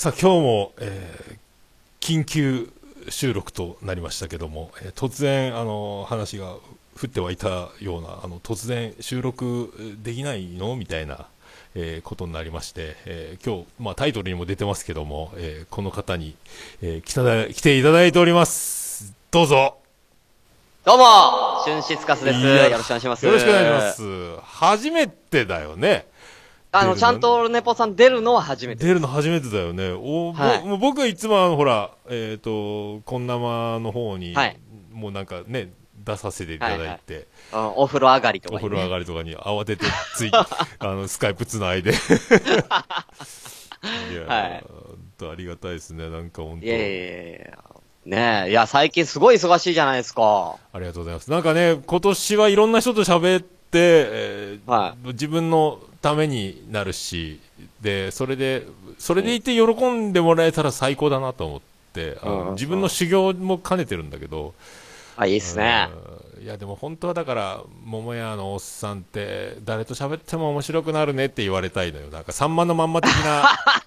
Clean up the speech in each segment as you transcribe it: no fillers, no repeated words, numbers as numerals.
さあ今日も、緊急収録となりましたけども、突然話が降ってはいたような突然収録できないのみたいな、ことになりまして、今日、まあ、タイトルにも出てますけども、この方に、来ていただいております。どうぞ。 どうも、シュンシスカスです。よろしくお願いします。 よろしくお願いします。初めてだよね。 ちゃんとネポさん出るのは初めてです。 出るの初めてだよね。はい、もう僕はいつもほら、こんなまの方に、はい、もうなんかね、出させていただいて、 はいはい、お風呂上がりとかに、 ね、お風呂上がりとかに慌ててスカイプつないで。いや、はい、ありがたいですね、なんか本当。 ねえ、いや、最近すごい忙しいじゃないですか。 ありがとうございます。なんかね、今年はいろんな人と喋って、はい、自分のためになるし、で、それでいて喜んでもらえたら最高だなと思って、自分の修行も兼ねてるんだけど。 あ、いいっすね。 いや、でも本当はだから、桃屋のおっさんって、誰と喋っても面白くなるねって言われたいのよ。なんか、さんまのまんま的な。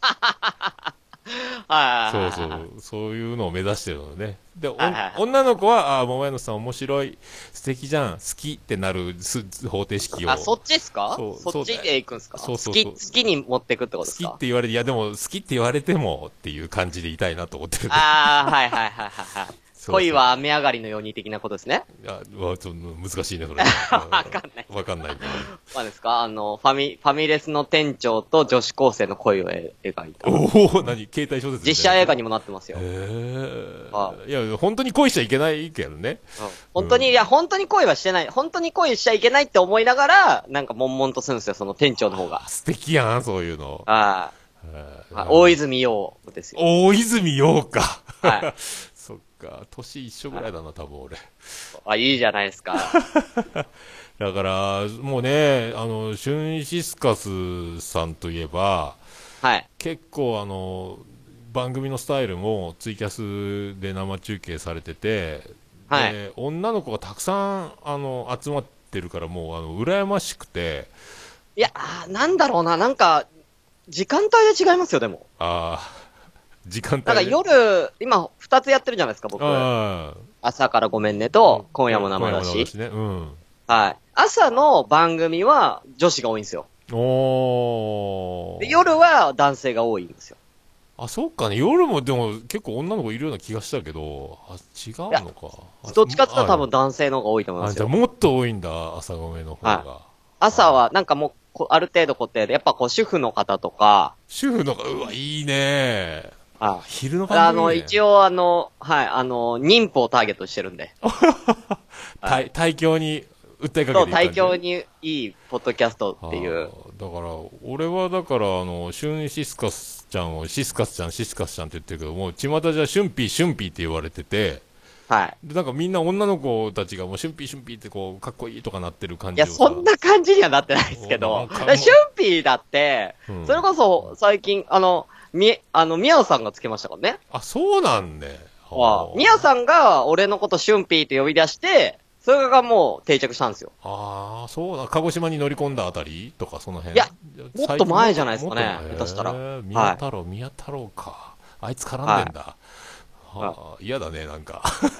そうそう、そういうのを目指してるのね。で、女の子は、桃屋のさん面白い、素敵じゃん、好きってなる方程式を。 あ、そっちっすか？そっちで行くんすか？好きに持ってくってことですか？ 好きって言われて、いやでも、好きって言われてもっていう感じでいたいなと思ってる。 ああ、はいはいはいはい。恋は雨上がりのように的なことですね。 いや、ちょっと難しいね、それ。 わかんない。 わかんない。 まあですかファミレスの店長と女子高生の恋を描いた。 おお、何携帯小説実写映画にもなってますよ。 いや、本当に恋しちゃいけないけどね。 本当に、いや、本当に恋はしてない。本当に恋しちゃいけないって思いながら、なんか悶々とするんですよ、その店長の方が。 素敵やん、そういうの。 大泉洋ですよ。 大泉洋か。 はい。 そっか、年一緒ぐらいだな、多分俺。 あ、いいじゃないですか。 だから、もうね、シュンシスカスさんといえば、 はい。 結構番組のスタイルもツイキャスで生中継されてて、 はい。 女の子がたくさん、集まってるから、もう、羨ましくて。 いや、なんだろうな、なんか、時間帯で違いますよ、でも。 時間帯なんか夜、今、2つやってるじゃないですか、僕。朝からごめんねと、今夜も生だし。 ね。うん。 はい。朝の番組は女子が多いんですよ。で、夜は男性が多いんですよ。 あ、そうかね。夜もでも結構女の子いるような気がしたけど、違うのか。 どっちかって言ったら多分男性の方が多いと思いますよ。 じゃあもっと多いんだ、朝ごめの方が。 朝はなんかもう、ある程度固定で、やっぱこう主婦の方とか。 主婦の方、うわ、いいね。昼の番組、ね。一応はい、妊婦をターゲットしてるんで。 対境に訴えかけていくそう、対境にいいポッドキャストっていう。 だから、俺はだから、シュンシスカスちゃんをシスカスちゃんって言ってるけども、巷じゃシュンピーって言われてて、 はい。 で、なんかみんな女の子たちがもうシュンピーってこう、かっこいいとかなってる感じ。 いや、そんな感じにはなってないですけど、シュンピーだって、それこそ最近、宮野さんがつけましたからね。 あ、そうなんね。 宮野さんが俺のことシュンピーって呼び出して、それがもう定着したんですよ。 ああ、そうな。鹿児島に乗り込んだあたりとかその辺。 いや、もっと前じゃないですかね。下手したら。 宮太郎か。あいつ絡んでんだ。嫌だね、なんか。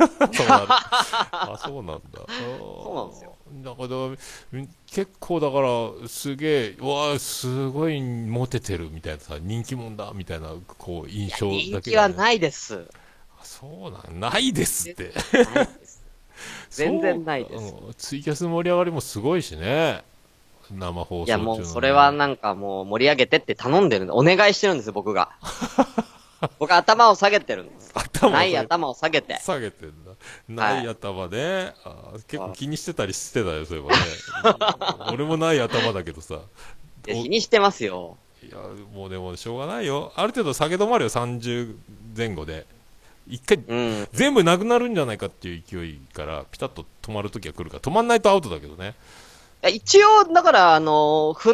そうなんだ。 そうなんですよ。 だから、結構だから、すげえ、すごいモテてるみたいなさ、人気者だみたいな、こう、印象だけ、 人気はないです。 そうないですって。 ないです。全然ないです。 ツイキャスの盛り上がりもすごいしね。生放送中の、ね。 いやもうそれはなんかもう盛り上げてって頼んでるんで、お願いしてるんですよ、僕が。僕は頭を下げてるんです。ない頭を下げて。 下げてんだ。ない頭ね。結構気にしてたりしてたよ、そういえばね。俺もない頭だけどさ。 気にしてますよ。 いや、もうでもしょうがないよ。ある程度下げ止まるよ、30前後で。一回、全部なくなるんじゃないかっていう勢いから、ピタッと止まるときは来るから、止まんないとアウトだけどね。 一応、だから、なんだろう、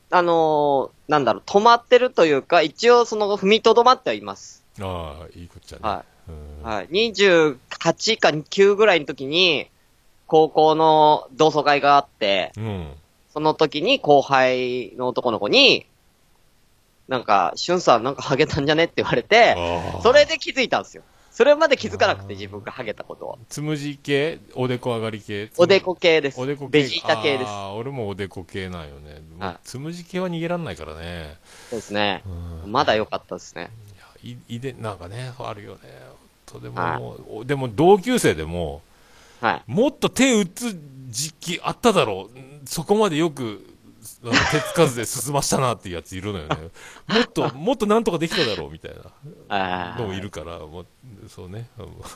止まってるというか、一応踏みとどまってはいます。 ああ、いいこっちゃね。 はい。28か9ぐらいの時に、高校の同窓会があって、その時に後輩の男の子に、 なんか、しゅんさんなんかハゲたんじゃねって言われて、 あーそれで気づいたんですよ。それまで気づかなくて自分がハゲたことを。 つむじ系おでこ上がり系おでこ系です。 おでこ系ベジータ系です。 ああ、俺もおでこ系なんよね。 はいつむじ系は逃げらんないからね。 そうですね。 うんまだ良かったですね。 なんかね、あるよね。でもはいもう、でも同級生でも、 はい。 もっと手打つ時期あっただろう。そこまでよく、手つかずで進ましたなっていうやついるのよね。もっとなんとかできただろうみたいなのもいるから、もう、そうね。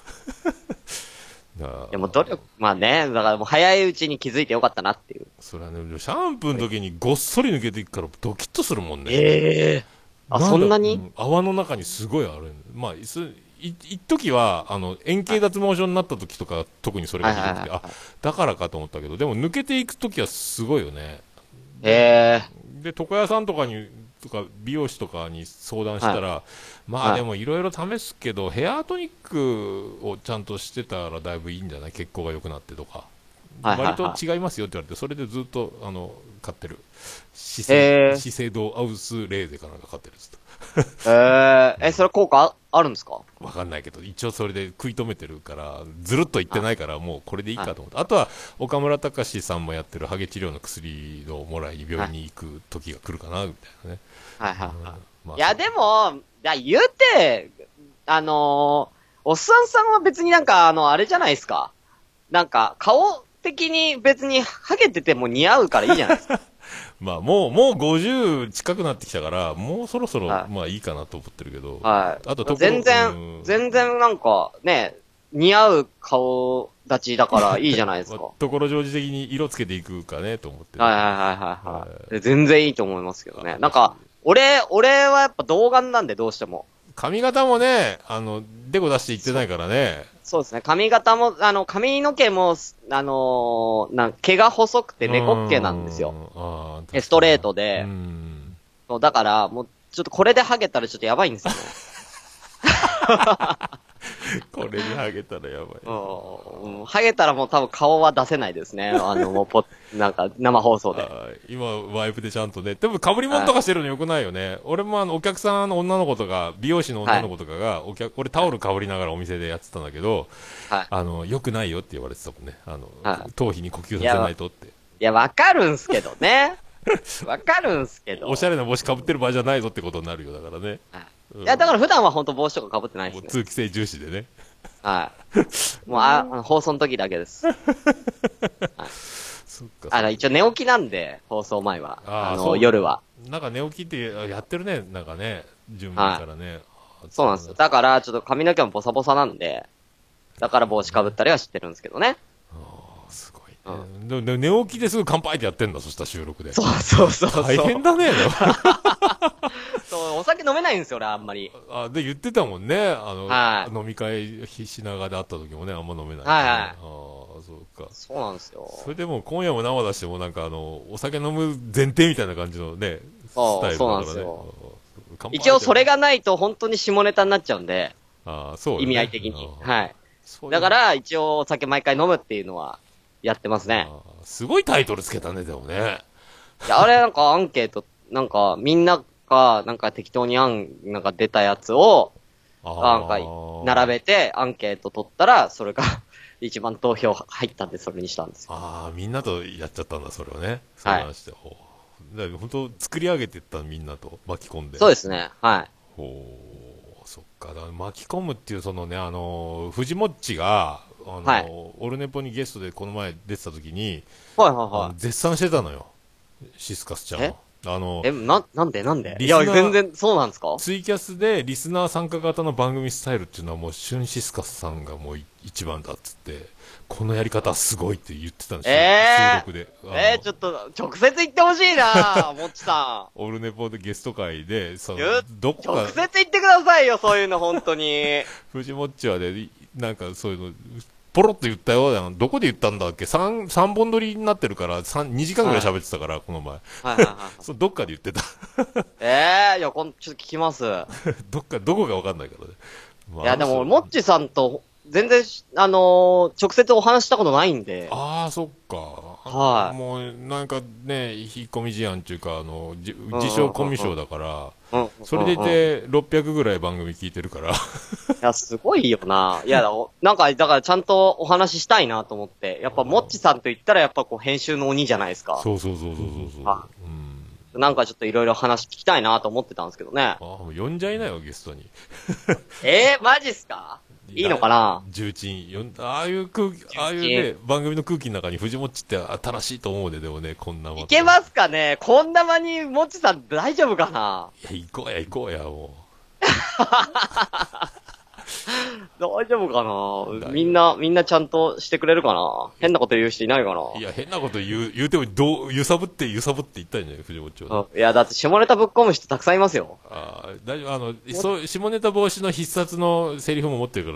だからでも努力、まあね、だからもう早いうちに気づいてよかったなっていう。 それはね、シャンプーの時にごっそり抜けていくからドキッとするもんね。 ええあ、そんなに、 泡の中にすごいある。まあ、一時は、円形脱毛症になった時とか、特にそれがひどくて、あ、だからかと思ったけど、でも抜けていく時はすごいよね。 えで、床屋さんとか美容師とかに相談したら、まあでもいろいろ試すけど、ヘアトニックをちゃんとしてたらだいぶいいんじゃない？血行が良くなってとか。割と違いますよって言われて、それでずっと、買ってる。資生堂アウスレーゼかなんか買ってるっつっそれ効果あるんですか？ た。わかんないけど、一応それで食い止めてるから、ずるっと言ってないから、もうこれでいいかと思って。あとは、岡村隆史さんもやってるハゲ治療の薬をもらいに病院に行く時が来るかな、みたいなね。 はいはいはい。 まあいや、でも、言うて、おっさんさんは別になんか、あれじゃないですか。なんか、顔的に別にハゲてても似合うからいいじゃないですか。 まあ、もう50近くなってきたから、もうそろそろ、 はいまあいいかなと思ってるけど。 はい。 あと全然なんか、ね、似合う顔立ちだからいいじゃないですか。 まあところジョージ的に色つけていくかね、と思ってる。 はいはいはいはいはい。全然いいと思いますけどね。なんか、俺はやっぱ童顔なんでどうしても。 髪型もね、デコ出していってないからね。 そうですね。髪型も、髪の毛も、毛が細くて猫っ毛なんですよ。ストレートで。そうだから、もう、ちょっとこれでハゲたらちょっとやばいんですよね。 これにハゲたらやばい。 ハゲたらもう多分顔は出せないですね。もうなんか生放送で。 今、ワイプでちゃんとね。でも、被り物とかしてるのよくないよね。俺もお客さんの女の子とか、美容師の女の子とかが、俺タオル被りながらお店でやってたんだけど、よくないよって言われてたもんね。頭皮に呼吸させないとって。 いや、わかるんすけどね。わかるんすけど。 おしゃれな帽子被ってる場合じゃないぞってことになるよ、だからね。 いや、だから普段は本当帽子とか被ってないですね。 通気性重視でね。 はい。もう放送の時だけです。 そっか。 一応寝起きなんで、放送前は。 そう夜は。 なんか寝起きってやってるね、なんかね、準備からね。 そうなんですよ。だから、ちょっと髪の毛もボサボサなんで、だから帽子かぶったりは知ってるんですけどね。 すごいね。で寝起きですぐ乾杯ってやってんだ、そしたら収録で。 そう。 大変だね。 そう、お酒飲めないんですよ、俺、あんまり。 で、言ってたもんね。 はい飲み会しながらで会った時もね、あんま飲めない。 はい。 そうか。 そうなんですよ。 それでも今夜も生出してもなんかお酒飲む前提みたいな感じのね、スタイルだからね。 そうなんですよ。一応それがないと本当に下ネタになっちゃうんで。 そうね。 意味合い的に。はい。だから一応お酒毎回飲むっていうのはやってますね。 すごいタイトルつけたね、でもね。 いや、あれなんかアンケート、なんかみんながなんか適当になんか出たやつを、なんか並べてアンケート取ったら、それが一番投票入ったんでそれにしたんですよ。 みんなとやっちゃったんだ、それをね。 はい。 だから本当作り上げていったみんなと巻き込んで。 そうですね。はい。 そっか。巻き込むっていうそのね、藤もっちが、オルネポにゲストでこの前出てた時に、絶賛してたのよ。シスカスちゃんは。 なんでいや、全然、そうなんですか？ ツイキャスでリスナー参加型の番組スタイルっていうのはもう、シュンシスカスさんがもう一番だっつって、このやり方はすごいって言ってたんですよ。収録で。 ちょっと、直接言ってほしいなもっちさん。オルネポでゲスト会で、 直接言ってくださいよ、そういうの、本当に。 藤もっちはね、なんかそういうの、ポロッと言ったよ。どこで言ったんだっけ ?3 本撮りになってるから、2時間ぐらい喋ってたから、この前。どっかで言ってた。 いや、ちょっと聞きます。 どこかわかんないからね。 いや、でも、もっちさんと、 全然、直接お話したことないんで。 ああ、そっか。 はい。 もう、なんかね、引っ込み思案っていうか、自称コミュ障だから、 うんそれでいうんうん。いて、600ぐらい番組聞いてるから。 や、すごいよな。いや、なんか、だからちゃんとお話ししたいなと思って。やっぱ、もっちさんと言ったらやっぱこう、編集の鬼じゃないですか。 そうそうそうそうそうそう。 あ、 うん。 なんかちょっといろいろ話聞きたいなと思ってたんですけどね。 もう呼んじゃいなよ、ゲストに。 マジっすか？いいのかな？ 重鎮ああいう空気、ああいうね、番組の空気の中に藤もっちって新しいと思うでもね、こんなもん。 いけますかね？こんな間にもっちさん大丈夫かな？ いや、行こうや、行こうや、も大丈夫かな？ う。 みんなちゃんとしてくれるかな？変なこと言う人いないかな？ いや、変なこと言うても、揺さぶって言ったんじゃない藤本町は。 いや、だって下ネタぶっ込む人たくさんいますよ。 ああ、大丈夫、下ネタ防止の必殺のセリフも持ってるから、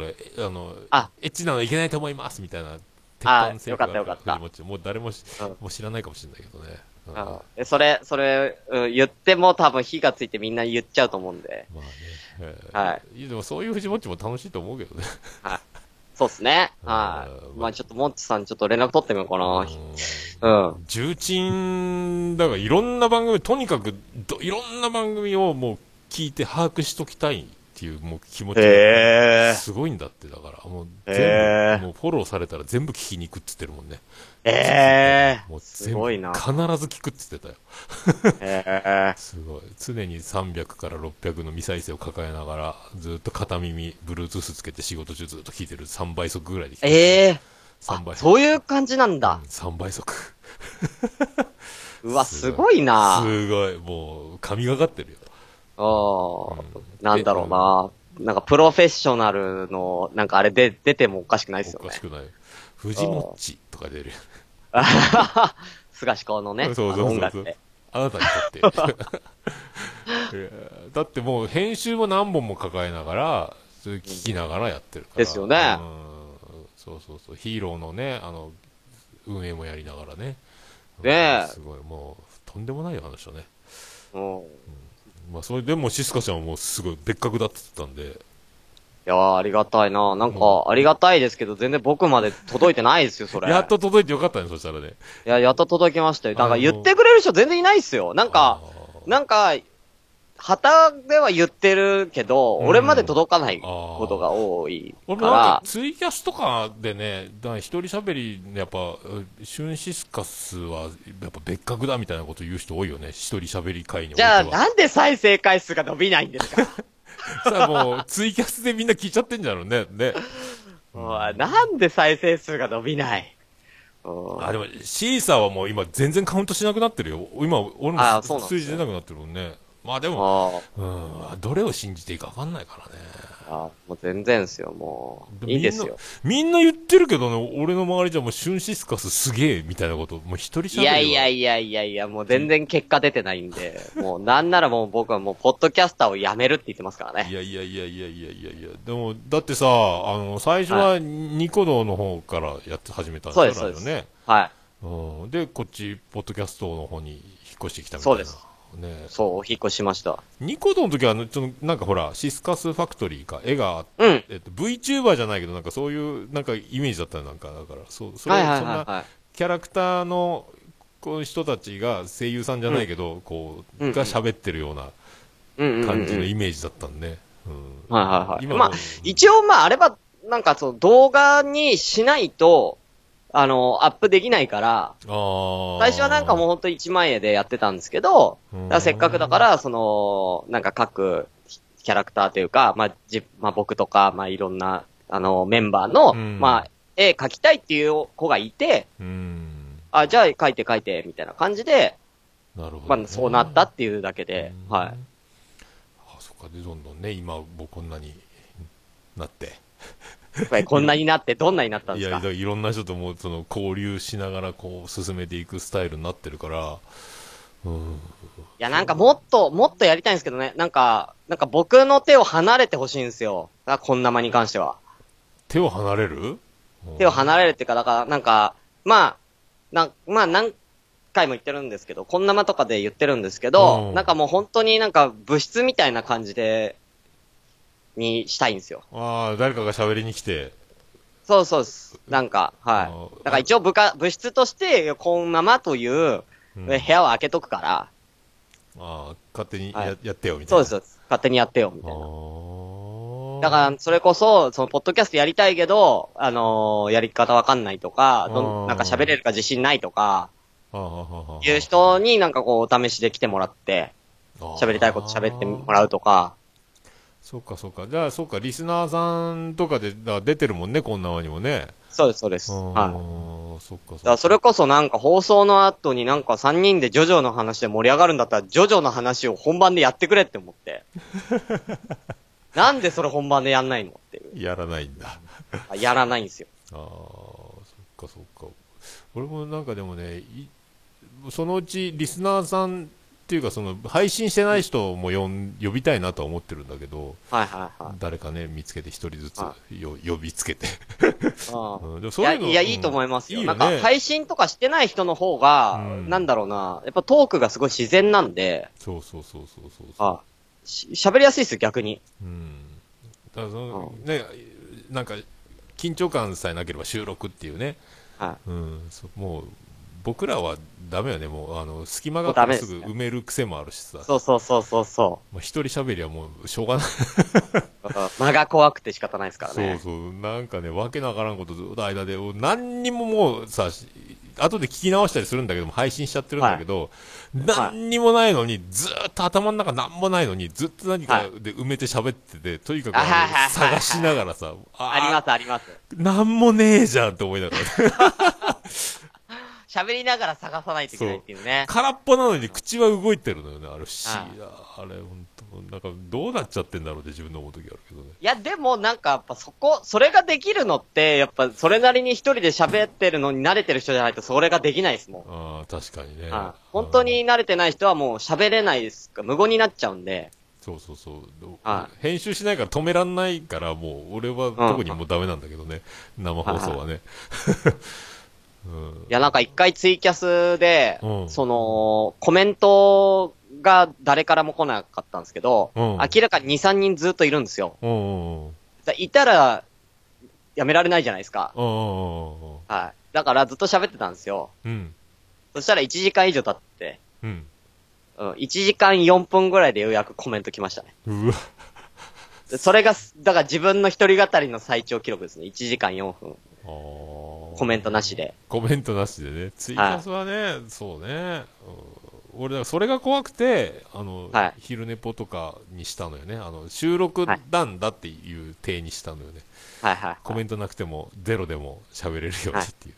あ、 エッチなのいけないと思いますみたいな、鉄板のセリフがあるから、 よかったよかった藤本町。もう誰もうん。 もう知らないかもしれないけどね。 それ、言っても多分火がついてみんな言っちゃうと思うんで。 まあね。 はい。 いやでもそういう藤本町も楽しいと思うけどね。 はい。そうっすね。はい。まあちょっともっちさんちょっと連絡取ってみようかな。うん。 重鎮、だからいろんな番組、とにかくいろんな番組をもう聞いて把握しときたいっていうもう気持ちがすごいんだって、だからもう全部、もうフォローされたら全部聞きに行くって言ってるもんね。もうすごいな。 必ず聞くって言ってたよ。すごい。常に300から600の未再生を抱えながら、ずっと片耳、Bluetooth つけて仕事中ずっと聞いてる3倍速ぐらいで聞いてる。3倍。 そういう感じなんだ。 3倍速。 うわ、すごいな。 すごい。もう、神がかってるよ。 なんだろうな。なんかプロフェッショナルの、なんかあれで出てもおかしくないですよね。 おかしくない。藤もっちとか出るよ。 菅氏公のね、音楽で。 あなたにとって。だってもう編集も何本も抱えながら、それ聞きながらやってるから。 ですよね。 そうそうそう。ヒーローのね、運営もやりながらね。 ねえ。 すごい、もう、とんでもない話だね。 うん。 まあ、それでもシスカちゃんはもうすごい別格だって言ってたんで。 いやー、ありがたいな。なんか、ありがたいですけど、全然僕まで届いてないですよ、それ。 やっと届いてよかったね、そしたらね。 いや、やっと届きましたよ。なんか言ってくれる人全然いないっすよ。なんか、旗では言ってるけど、俺まで届かないことが多いから。 俺もなんかツイキャスとかでね、一人喋りでやっぱ、シュンシスカスはやっぱ別格だみたいなこと言う人多いよね。一人喋り会においては。 じゃあなんで再生回数が伸びないんですか？ さあもうツイキャスでみんな聞いちゃってんじゃろうね。 なんで再生数が伸びない？ でもシーサーはもう今全然カウントしなくなってるよ。今俺も数字出なくなってるもんね。まあでも、どれを信じていいか分かんないからね。 もう全然ですよ、もう。いいですよ。 みんな言ってるけどね、俺の周りじゃもうシュンシスカスすげえみたいなこと、もう一人喋りいや、もう全然結果出てないんで、もうなんならもう僕はもうポッドキャスターをやめるって言ってますからね。 いや。でも、だってさ、最初はニコ動の方から始めたんですよね。 そうですね。 はい。で、こっち、ポッドキャストの方に引っ越してきたみたいな。 そうです。ね、そう、お引越しました。 ニコ動の時は、なんかほら、シスカスファクトリーか、絵が、VTuber じゃないけど、なんかそういう、なんかイメージだったなんか、だから、そんな、キャラクターの、こう人たちが声優さんじゃないけど、が喋ってるような感じのイメージだったんで。 まあ、一応まあ、あれは、なんかその動画にしないと、アップできないから、最初はなんかもうほんと1万円でやってたんですけど、せっかくだから、なんか各キャラクターというか、まあ僕とか、まあいろんな、メンバーの、まあ、絵描きたいっていう子がいて、じゃあ描いて、みたいな感じで、 なるほど、 まあそうなったっていうだけで、はい。 そっか、で、どんどんね、今、もうこんなになって。 こんなになってどんなになったんですか？ いろんな人とも交流しながらこう進めていくスタイルになってるから、 いやなんかもっとやりたいんですけどね、なんか僕の手を離れてほしいんですよ。こんな間に関しては。 手を離れる？ 手を離れるっていうか、だからなんか、まあ何回も言ってるんですけど、こんな間とかで言ってるんですけど、なんかもう本当になんか物質みたいな感じで、にしたいんですよ。 誰かが喋りに来て。 そうそうです。なんか、はい。だから一応部室として、こんままという部屋を開けとくから、 勝手にはい、 やってよ、みたいな。 そうです。勝手にやってよ、みたいな。だあから、それこそ、その、ポッドキャストやりたいけど、やり方わかんないとか、なんか喋れるか自信ないとか、いう人になんかこう、お試しで来てもらって、喋りたいこと喋ってもらうとか。 そうかそうか。じゃあ、そうか、リスナーさんとかで、出てるもんね、こんなわにもね。 そうです、そうです。はい。 そっかそっか。 だからそれこそなんか放送の後になんか3人でジョジョの話で盛り上がるんだったら、ジョジョの話を本番でやってくれって思って。なんでそれ本番でやんないのっていう。 やらないんだ。 やらないんですよ。 そっかそっか。俺もなんかでもね、そのうちリスナーさんっていうか、その配信してない人も呼びたいなとは思ってるんだけど、 はいはいはい。 誰かね、見つけて一人ずつ呼びつけて。でもいや、いや、いいと思いますよ。 いいよね。 なんか、配信とかしてない人の方が、なんだろうな、やっぱトークがすごい自然なんで、 そうそうそうそうそう喋りやすいですよ、逆に。 だからね、なんか、緊張感さえなければ収録っていうね。 はい。 もう、僕らはダメよね、もう、隙間があったらすぐ埋める癖もあるしさ。 そうそうそうそうそう。 一人喋りはもう、しょうがない。 間が怖くて仕方ないですからね。 そうそう、なんかね、わけのわからんことずっと間で、何にももうさ、後で聞き直したりするんだけども、配信しちゃってるんだけど、何にもないのに、ずーっと頭の中何もないのに、ずっと何かで埋めて喋ってて、とにかく探しながらさ、 ありますあります。 何もねえじゃんって思いながら。 喋りながら探さないといけないっていうね。 空っぽなのに口は動いてるのよね、あれ不思議だ。あれ、本当なんかどうなっちゃってんだろうって自分の思う時あるけどね。 いや、でもなんかやっぱそれができるのって、やっぱそれなりに一人で喋ってるのに慣れてる人じゃないとそれができないですもん。 確かにね。 本当に慣れてない人はもう喋れないですか、無言になっちゃうんで。 そうそうそう。編集しないから止めらんないから、もう俺は特にもうダメなんだけどね。生放送はね。 いや、なんか一回ツイキャスで、コメントが誰からも来なかったんですけど、明らかに2、3人ずっといるんですよ。いたら、やめられないじゃないですか。はい。だからずっと喋ってたんですよ。そしたら1時間以上経って、1時間4分ぐらいでようやくコメント来ましたね。 うわ。 それが、だから自分の一人語りの最長記録ですね。1時間4分。コメントなしで。 コメントなしでね。ツイキャスはね、そうね。俺、だからそれが怖くて、昼寝ぽとかにしたのよね。収録なんだっていう体にしたのよね。コメントなくても、ゼロでも喋れるようにっていう。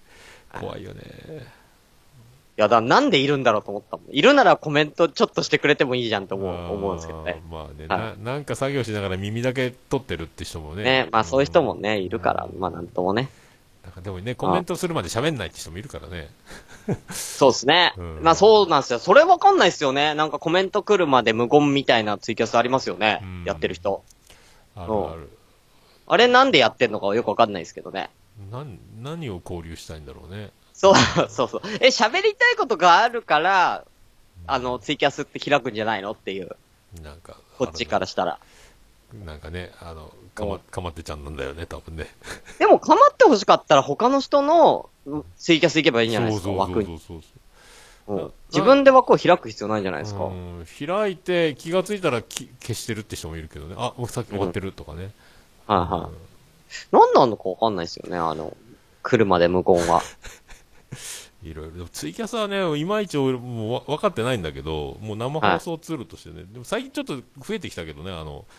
怖いよね。 いや、なんでいるんだろうと思ったもん。いるならコメントちょっとしてくれてもいいじゃんと思うんですけどね。 まあね、なんか作業しながら耳だけ撮ってるって人もね。 ね、まあそういう人もね、いるから、まあなんともね。 でもね、コメントするまで喋んないって人もいるからね。 そうですね。まあそうなんですよ。それわかんないですよね。なんかコメント来るまで無言みたいなツイキャスありますよね。やってる人。 あるある。 あれなんでやってんのかよくわかんないですけどね。 何を交流したいんだろうね。 そうそう。喋りたいことがあるから、ツイキャスって開くんじゃないのっていう。 なんか。 こっちからしたら。 なんかね、かまってちゃんなんだよね、多分ね。 でも、かまってほしかったら他の人のツイキャス行けばいいんじゃないですか、枠に。自分で枠を開く必要ないんじゃないですか。 開いて気がついたら消してるって人もいるけどね。あ、もうさっき終わってるとかね。 何なのかわかんないですよね、来るまで無言は。 いろいろ。ツイキャスはね、いまいち俺も分かってないんだけど、もう生放送ツールとしてね。でも最近ちょっと増えてきたけどね、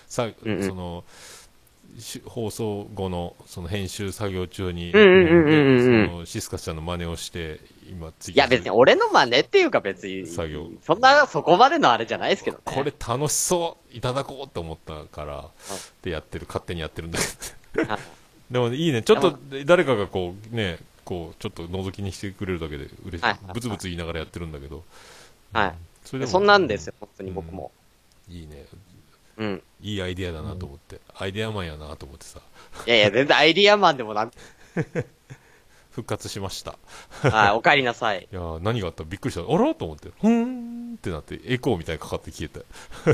放送後のその編集作業中に、シスカちゃんの真似をして、今ツイキャス。いや別に俺の真似っていうか別に、そこまでのあれじゃないですけどね。 これ楽しそう、いただこうと思ったから、で勝手にやってるんだけど。でもいいね、ちょっと誰かがこうね、ちょっと覗きにしてくれるだけで嬉しい。ブツブツ言いながらやってるんだけど。そんなんですよ、本当に僕も。 いいね。いいアイディアだなと思って。アイディアマンやなと思ってさ。 いや、全然アイディアマンでも復活しました。 お帰りなさい。 いや何があったびっくりした。あらと思って。ってなって、エコーみたいにかかって消え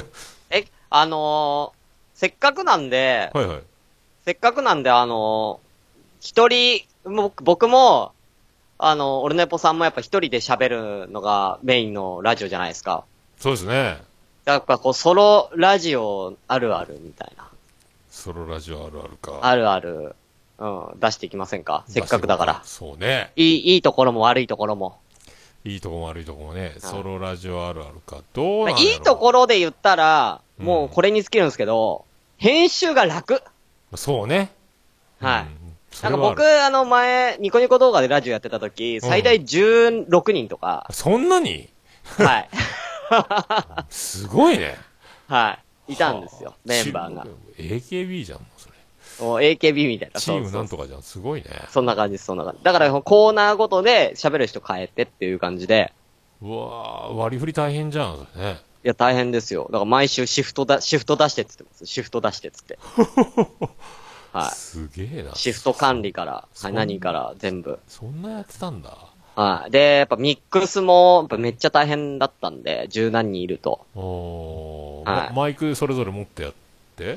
た。 せっかくなんで、 はいはい。 せっかくなんで、 一人、僕も、俺のエポさんもやっぱ一人で喋るのがメインのラジオじゃないですか。 そうですね。 やっぱこう、ソロラジオあるあるみたいな。 ソロラジオあるあるか。 あるある、出していきませんか？せっかくだから。 そうね。 いいところも悪いところも。 いいとこも悪いとこもね、ソロラジオあるあるか。どうなんやろ、 いいところで言ったら、もうこれに尽きるんですけど、編集が楽。 そうね。 はい。なんか僕、前、ニコニコ動画でラジオやってた時、最大16人とか。 そんなに？ はい。 すごいね。 はい。いたんですよ、メンバーが。 AKB じゃん、それ。 AKB みたいな。 チームなんとかじゃん、すごいね。 そんな感じです、そんな感じ。だからコーナーごとで喋る人変えてっていう感じで。 うわー、割り振り大変じゃん、それね。 いや、大変ですよ。だから毎週シフト出してって言ってます。シフト出してっつって。はい。 すげえな。 シフト管理から、はい、何から全部。 そんなやってたんだ。 はい。で、やっぱミックスも、やっぱめっちゃ大変だったんで、十何人いると。 はい、マイクそれぞれ持ってやって？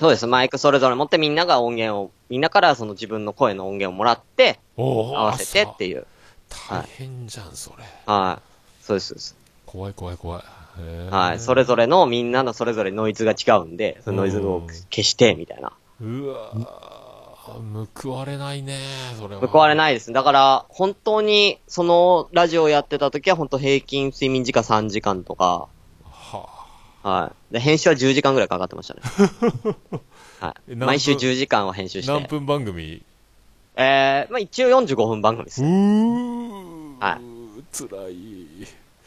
そうです。マイクそれぞれ持ってみんなが音源を、みんなからその自分の声の音源をもらって、合わせてっていう。 大変じゃん、それ。 はい。そうです、そうです。 怖い。 はい。それぞれの、みんなのそれぞれノイズが違うんで、そのノイズを消して、みたいな。 うわぁ、報われないね、それは。 報われないです。だから、本当に、そのラジオをやってた時は、本当平均睡眠時間3時間とか。 はぁ、はい。で、編集は10時間ぐらいかかってましたね。はい。毎週10時間は編集して。 何分番組？ まあ一応45分番組です。はい。 辛い。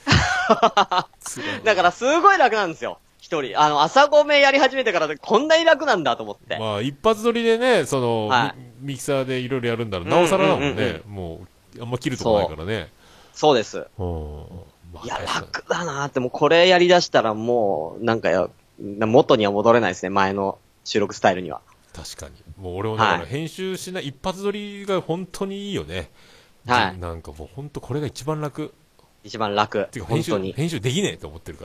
だからすごい楽なんですよ。一人。朝ごめやり始めてからこんなに楽なんだと思って。 まあ一発撮りでね、はい、ミキサーでいろいろやるんだら、なおさらだもんね。もう、あんま切るとこないからね。 そうです。 いや、楽だなーって、もうこれやり出したらもう、なんか元には戻れないですね、前の収録スタイルには。 確かに。もう俺もだから編集しない、一発撮りが本当にいいよね。はい。なんかもう本当これが一番楽。 一番楽。 本当に。編集できねえって思ってるから。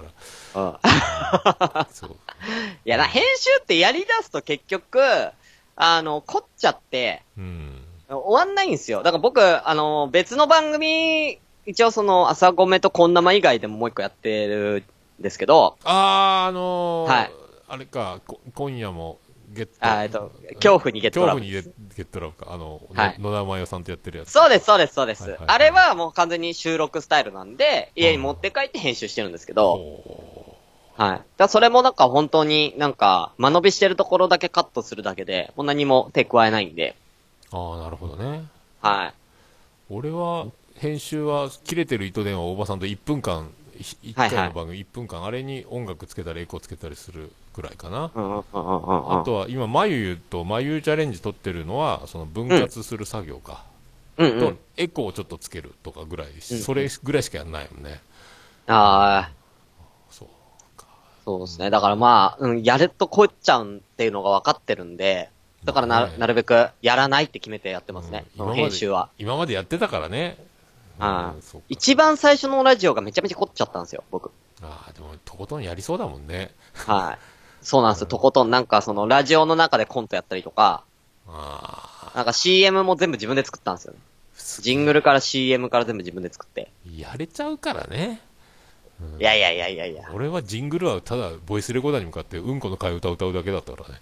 そう。いや、編集ってやり出すと結局、凝っちゃって、終わんないんですよ。だから僕、別の番組、一応朝ごめとこんなま以外でももう一個やってるんですけど。 はい。あれか、今夜も、 恐怖にゲットラブ。 恐怖にゲットラブか。 はい、 野田真代さんとやってるやつ。 そうです。あれはもう完全に収録スタイルなんで、家に持って帰って編集してるんですけど、はい。それもなんか本当になんか、間延びしてるところだけカットするだけで、もう何も手加えないんで。 ああ、なるほどね。 はい。 俺は、編集は、切れてる糸電話大場さんと1分間、1回の番組1分間、あれに音楽つけたりエコーつけたりするぐらいかな。あとは今、まゆとまゆチャレンジ撮ってるのは、その分割する作業か。と、エコーをちょっとつけるとかぐらい、それぐらいしかやんないもんね。 ああ。そうか。そうですね。だからまあ、やるとこっちゃうっていうのが分かってるんで、だからなるべくやらないって決めてやってますね。編集は。 今までやってたからね。 一番最初のラジオがめちゃめちゃ凝っちゃったんですよ、僕。 ああ、でも、とことんやりそうだもんね。 はい。そうなんですよ、とことんなんかラジオの中でコントやったりとか、なんか CM も全部自分で作ったんですよね。ジングルから CM から全部自分で作って。 やれちゃうからね。 いや。 俺はジングルはただボイスレコーダーに向かってうんこの替え歌を歌うだけだったから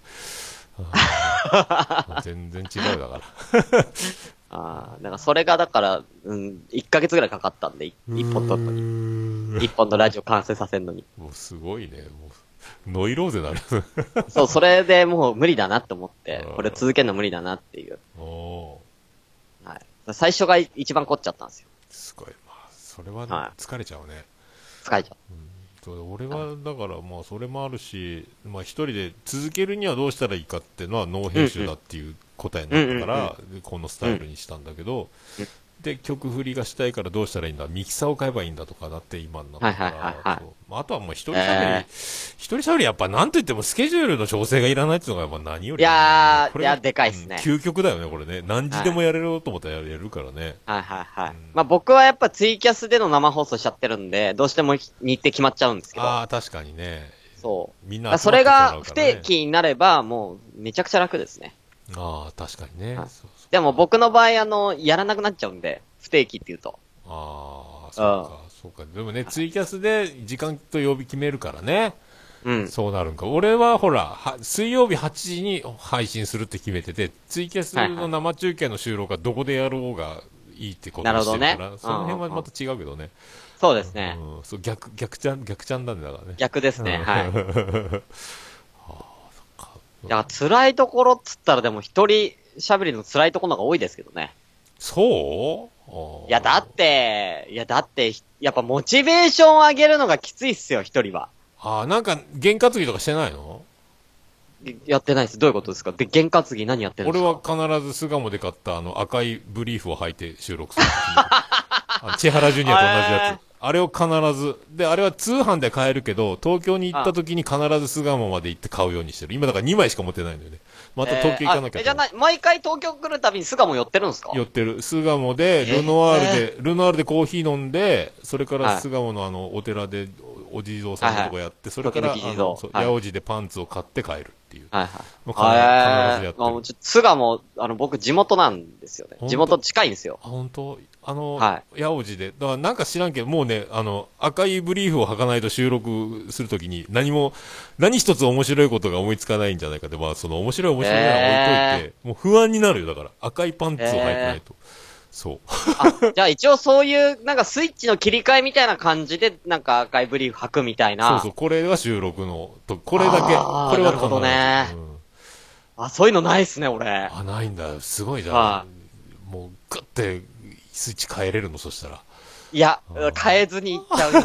ね。全然違うだから。 なんかそれがだから、1ヶ月ぐらいかかったんで、1本撮るのに。1本のラジオ完成させるのに。 もうすごいね。もうノイローゼなる。 そう、それでもう無理だなって思って、これ続けるの無理だなっていう。はい。最初が一番凝っちゃったんですよ。 すごい。まあ、それは疲れちゃうね。 疲れちゃう。 俺はだからまあそれもあるし、まあ一人で続けるにはどうしたらいいかっていうのはノー編集だっていう答えになったからこのスタイルにしたんだけど、で曲振りがしたいからどうしたらいいんだ、ミキサーを買えばいいんだとかなって今になったから、あとはもう一人喋りやっぱなんと言ってもスケジュールの調整がいらないっていうのがやっぱ何より、 いやでかいっすね。 究極だよねこれね。何時でもやれると思ったらやれるからね。 まあ僕はやっぱツイキャスでの生放送しちゃってるんで、どうしても日程決まっちゃうんですけど。 ああ確かにね。 そう。みんなそれが不定期になればもうめちゃくちゃ楽ですね。 ああ、確かにね。 はいそうそう。 でも僕の場合、やらなくなっちゃうんで、不定期って言うと。 ああ、 うん。 そうか、そうか。でもね、ツイキャスで時間と曜日決めるからね。 うん。 そうなるんか。俺はほら、水曜日8時に配信するって決めてて、ツイキャスのはいはい。 生中継の収録はどこでやろうがいいってことなるにほどね。 してるから、 うんうその辺はんうん。 また違うけどね。 そうですね。 そう、逆ちゃんなんだからね。 逆ですね。はい。 うんだから辛いところっつったらでも一人喋りの辛いところの方が多いですけどね。 そういやだって、やっぱモチベーション上げるのがきついっすよ、一人は。 なんか、験担ぎとかしてないの？ やってないです。どういうことですか？で、験担ぎ何やってるんで俺はすか？ 必ず巣鴨で買った赤いブリーフを履いて収録するって決めてる。千原ジュニアと同じやつ。あれを必ず。で、あれは通販で買えるけど、東京に行った時に必ず巣鴨まで行って買うようにしてる。今だから2枚しか持ってないんだよね。また東京行かなきゃと思って。 じゃあ毎回東京来るたびに巣鴨寄ってるんですか？ 寄ってる。巣鴨で、ルノワールでコーヒー飲んで、それから巣鴨のお寺でお地蔵さんのとこやって、それから、 時々地蔵八王子でパンツを買って帰るっていう。 はいはい。 もう必ずやってる。 巣鴨、僕地元なんですよね。地元近いんですよ。 本当はい。 八王子で。だからなんか知らんけど、もうね、赤いブリーフを履かないと収録するときに、何一つ面白いことが思いつかないんじゃないかって、まあ、その面白いは置いといて、もう不安になるよ、だから。赤いパンツを履いてないと。そう。 じゃあ一応そういう、なんかスイッチの切り替えみたいな感じで、なんか赤いブリーフ履くみたいな。 そうそう、これが収録の、これだけ。これは必ず。 なるほどね。そういうのないっすね、俺。 ないんだ。すごいじゃん。もう、グッて、スイッチ変えれるの、そしたら。 いや、変えずにいっちゃいます。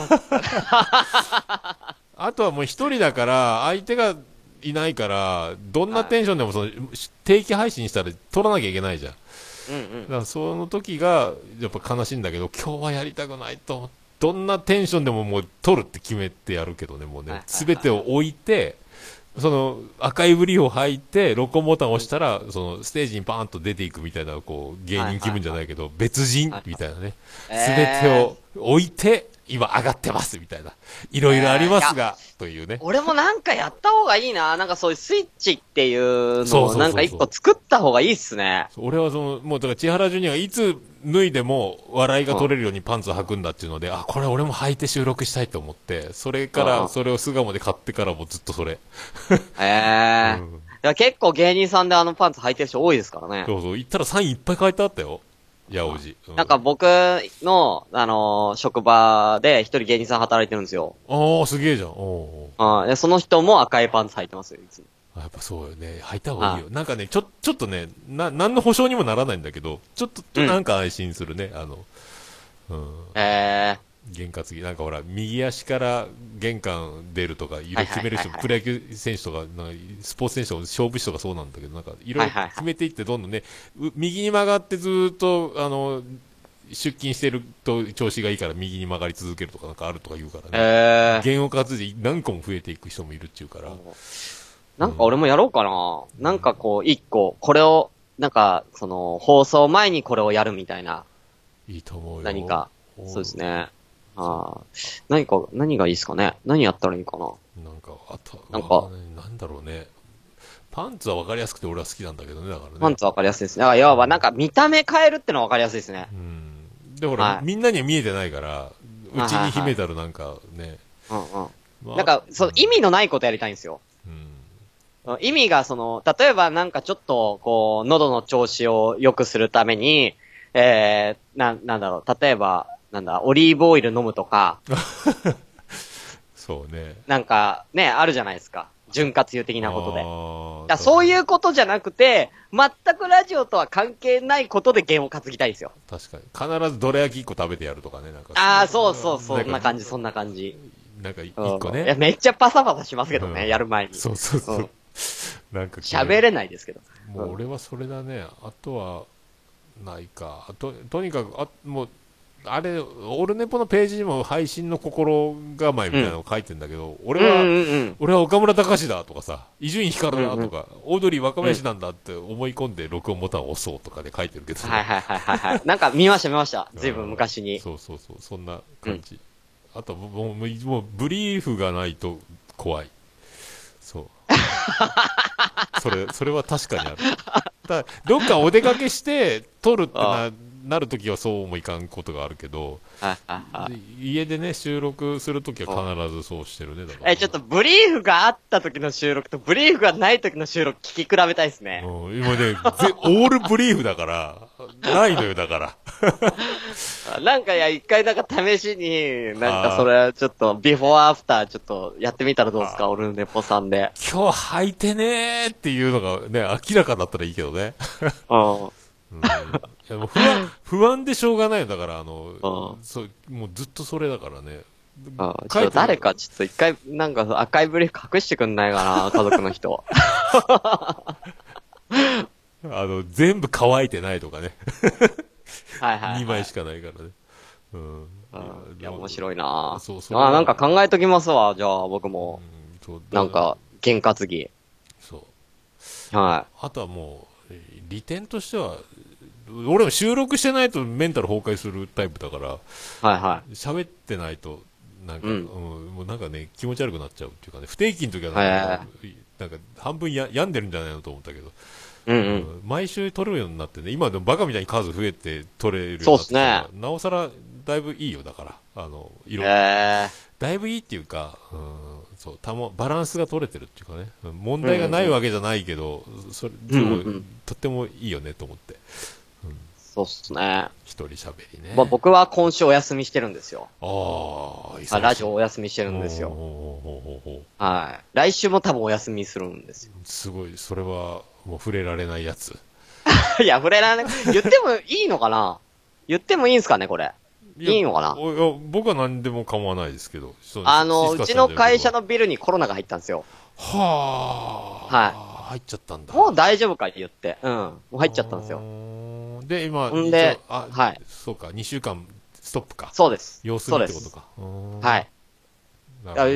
あとはもう一人だから、相手がいないから、どんなテンションでも定期配信したら撮らなきゃいけないじゃん。 うんうん。 だからその時が、やっぱ悲しいんだけど、今日はやりたくないと。どんなテンションでももう撮るって決めてやるけどね、もうね、すべてを置いて、その赤いブリーフを履いて、録音ボタンを押したら、そのステージにバーンと出ていくみたいな、こう、芸人気分じゃないけど、別人みたいなね。すべてを置いて、今上がってますみたいな。いろいろありますが、というね。 俺もなんかやった方がいいな。なんかそういうスイッチっていうのをなんか一個作った方がいいっすね。 俺はもうだから千原ジュニアがいつ脱いでも笑いが取れるようにパンツを履くんだっていうので、これ俺も履いて収録したいと思って、それから、それを巣鴨で買ってからもずっとそれ。 いや結構芸人さんでパンツ履いてる人多いですからね。 そうそう、行ったらサインいっぱい書いてあったよ。八王子。 なんか僕の、職場で一人芸人さん働いてるんですよ。 すげえじゃん。 で、その人も赤いパンツ履いてますよ、いつも。 やっぱそうよね。履いた方がいいよ。なんかね、ちょっとね、なんの保証にもならないんだけど、ちょっとなんか安心するね。験担ぎ。なんかほら、右足から玄関出るとか、色決める人、プロ野球選手とか、なんかスポーツ選手とか、勝負師とかそうなんだけど、なんか、色決めていってどんどんね、右に曲がってずーっと、出勤してると調子がいいから右に曲がり続けるとかなんかあるとか言うからね。弦を担いで何個も増えていく人もいるっていうから。 なんか俺もやろうかな。なんかこう、一個、これを、なんか、放送前にこれをやるみたいな。 いいと思うよ。 何か、そうですね。何がいいですかね。何やったらいいかな。 なんか、なんだろうね。パンツは分かりやすくて俺は好きなんだけどね、だからね。 パンツ分かりやすいですね。だから要はなんか見た目変えるってのは分かりやすいですね。 で、ほら、みんなには見えてないから、うちに秘めたるなんかね。 なんか、意味のないことやりたいんですよ。意味が例えばなんかちょっと、こう、喉の調子を良くするために、なんだろう、例えば、オリーブオイル飲むとか。 そうね。 なんか、ね、あるじゃないですか。潤滑油的なことで。そういうことじゃなくて、全くラジオとは関係ないことで弦を担ぎたいですよ。 確かに。必ずどら焼き1個食べてやるとかね。なんかそう、そんな感じ。 なんか1個ね。 いや、めっちゃパサパサしますけどね、やる前に。 そう。なんか。 喋れないですけど。 もう俺はそれだね。あとは、ないか。とにかく、もう、あれ、オルネポのページにも配信の心構えみたいなのを書いてんだけど、俺は岡村隆史だとかさ、伊集院光だとか、オードリー若林なんだって思い込んで録音ボタンを押そうとかで書いてるけど、 なんか見ました。ずいぶん昔に。 そう、そんな感じ。あと、もうブリーフがないと怖い。そう。それは確かにある。 どっかお出かけして撮るってあなるときはそうもいかんことがあるけど、家でね、収録するときは必ずそうしてるね。だからちょっとブリーフがあった時の収録とブリーフがない時の収録聞き比べたいですね。 今ね、オールブリーフだから、ないのよ、だから。 なんか一回なんか試しに、なんかそれちょっとビフォーアフターちょっっとやってみたらどうですか、オルネポさんで。 今日履いてねーっていうのがね、明らかだったらいいけどね。 うん。 いやもう不安でしょうがないよ。だからそう、もうずっとそれだからね。 ちょっと誰かちょっと一回、なんか赤いブリーフ隠してくんないかな、家族の人。 全部乾いてないとかね。 はいはい、はい。 2枚しかないからね。うん。 いや、面白いなそうそう。 なんか考えときますわ、じゃあ僕も。なんか、験担ぎ。 そう。 はい。 あとはもう、利点としては、俺も収録してないとメンタル崩壊するタイプだから、 はいはい。 喋ってないと、なんか、もうなんかね、気持ち悪くなっちゃうっていうかね、不定期の時はなんか半分病んでるんじゃないのと思ったけど、毎週撮るようになってね、今でもバカみたいに数増えて撮れるようになって、 そうっすね。 なおさらだいぶいいよ、だから、だいぶいいっていうか、そう、バランスが取れてるっていうかね、問題がないわけじゃないけど、それ、でも、とってもいいよねと思って。 そうっすね。 一人喋りね。 僕は今週お休みしてるんですよ。ラジオお休みしてるんですよ。はい。来週も多分お休みするんですよ。 すごい、それはもう触れられないやつ。 いや、触れられない。言ってもいいのかな言ってもいいんすかね、これ。いいのかな僕は何でも構わないですけど。 うちの会社のビルにコロナが入ったんですよ。 はい。入っちゃったんだ。 もう大丈夫か言って。もう入っちゃったんですよ。 で、今、 はい。 そうか、2週間ストップか。 そうです。 様子見ってことか。 はい。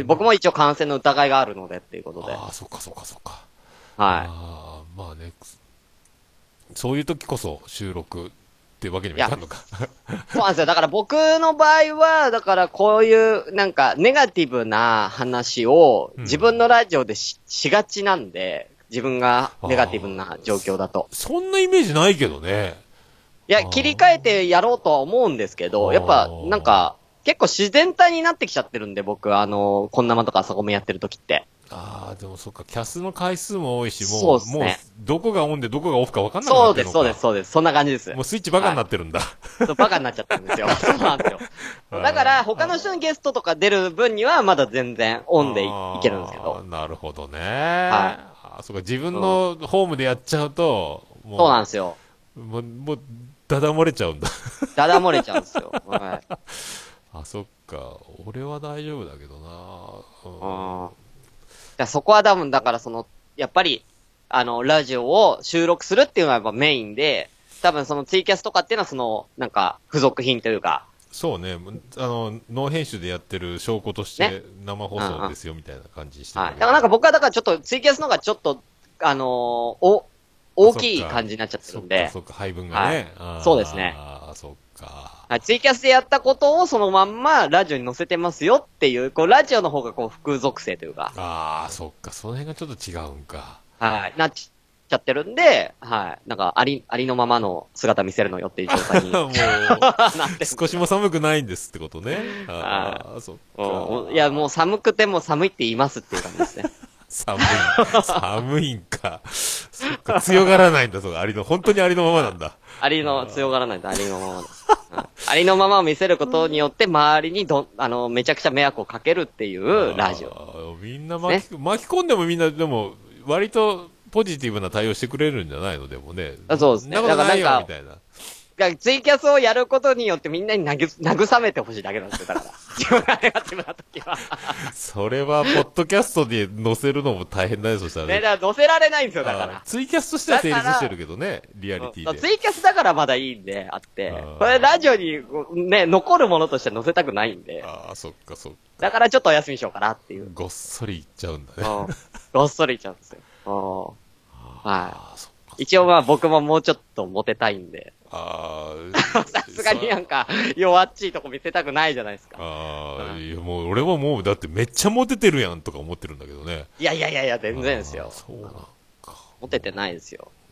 僕も一応感染の疑いがあるのでっていうことで。 そっかそっかそっか。 はい。 まあね、そういう時こそ収録ってわけにもいかんのか。 そうなんですよ。だから僕の場合は、だからこういうなんかネガティブな話を自分のラジオでしがちなんで、自分がネガティブな状況だと。 そんなイメージないけどね。 いや、切り替えてやろうとは思うんですけど、やっぱなんか結構自然体になってきちゃってるんで、僕こんなまとか朝ごめやってる時って。 でもそっか、キャスの回数も多いし、 もう、 どこがオンでどこがオフか分かんなくなってるのか。 そうです。そんな感じです。 もうスイッチバカになってるんだ。 バカになっちゃってるんですよ。そうなんですよ。だから、他の人のゲストとか出る分には、まだ全然オンでいけるんですけど。 なるほどね。そうか、自分のホームでやっちゃうと、 そうなんですよ。 もう、ダダ漏れちゃうんだ。 ダダ漏れちゃうんですよ。 そっか。俺は大丈夫だけどな。 そこは多分、だからやっぱり、ラジオを収録するっていうのはやっぱメインで、多分そのツイキャスとかっていうのはなんか、付属品というか。 そうね。ノー編集でやってる証拠として、生放送ですよ、みたいな感じにしてる。 だからなんか僕はだからちょっと、ツイキャスの方がちょっと、大きい感じになっちゃってるんで。 そっか、配分がね。 そうですね。 そっか。 ツイキャスでやったことをそのまんまラジオに載せてますよっていう、ラジオの方が副属性というか。 そっか、その辺がちょっと違うんか。 なっちゃってるんで、なんか、ありのままの姿見せるのよっていう状態に。もう、 少しも寒くないんですってことね。そっか。 いや、もう寒くても寒いって言いますっていう感じですね。 寒いんか。そっか、強がらないんだ、本当にありのままなんだ。 強がらないんだ、ありのままです。ありのままを見せることによって、周りにめちゃくちゃ迷惑をかけるっていうラジオ。 みんな巻き込んでもみんな、でも、割とポジティブな対応してくれるんじゃないのでもね。 そうですね。 だからなんか、みたいな。 ツイキャスをやることによってみんなに慰めてほしいだけなんですよ、だから。自分がネガティブな時は。 それは、ポッドキャストで載せるのも大変だよ、そしたらね。 だから載せられないんですよ、だから。 ツイキャスとしては成立してるけどね、リアリティで。 ツイキャスだからまだいいんで、あって。これラジオにね、残るものとして載せたくないんで。 そっかそっか。 だからちょっとお休みしようかなっていう。 ごっそりいっちゃうんだね。 ごっそりいっちゃうんですよ。一応僕ももうちょっとモテたいんで。さすがになんか、弱っちいとこ見せたくないじゃないですか。 いやもう俺はもう、だってめっちゃモテてるやんとか思ってるんだけどね。 いや、全然ですよ。 そうなんか。 モテてないですよ。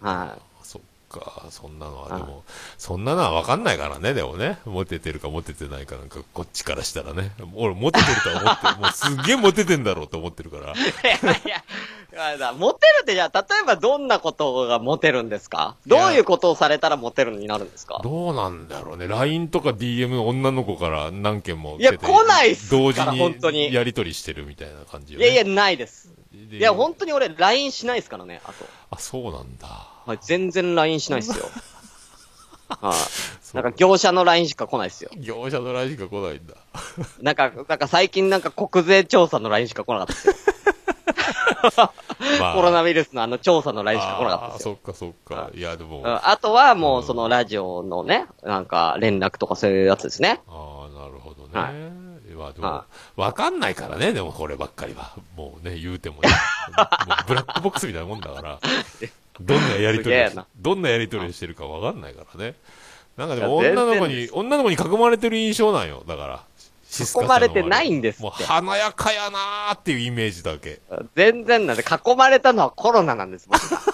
はい。 そっか、そんなのは、でも、そんなのは分かんないからね、でもね。モテてるかモテてないかなんか、こっちからしたらね。俺、モテてるとは思ってる。もうすっげえモテてんだろうと思ってるから。 いやいや、モテるってじゃあ、例えばどんなことがモテるんですか？どういうことをされたらモテるになるんですか？ どうなんだろうね。LINE とか DM 女の子から何件もいや、来ないっす同時から、本当に。 にやり取りしてるみたいな感じよね。 いやいや、ないです。いや、本当に俺、LINE しないですからね、あと。 あ、そうなんだ。 はい、全然 LINE しないっすよ。はい。 そうなんか業者の LINE しか来ないっすよ。 業者の LINE しか来ないんだ。 なんか最近なんか国税調査の LINE しか来なかったっすよ。 まあ、 コロナウイルスの調査の LINE しか来なかったっすよ。 そっかそっか。いや、でも。 あとはもうそのラジオのね、なんか連絡とかそういうやつですね。 ああ、なるほどね。 はい。 まあでも、わかんないからね、でもこればっかりは。もうね、言うてもね。もうブラックボックスみたいなもんだから。どんなやりとりをどんなやりとりをしてるかわかんないからね。なんかでも女の子に囲まれてる印象なんよ。だから。 囲まれてないんですって。 もう華やかやなーっていうイメージだけ。 全然なんで、囲まれたのはコロナなんです、僕が。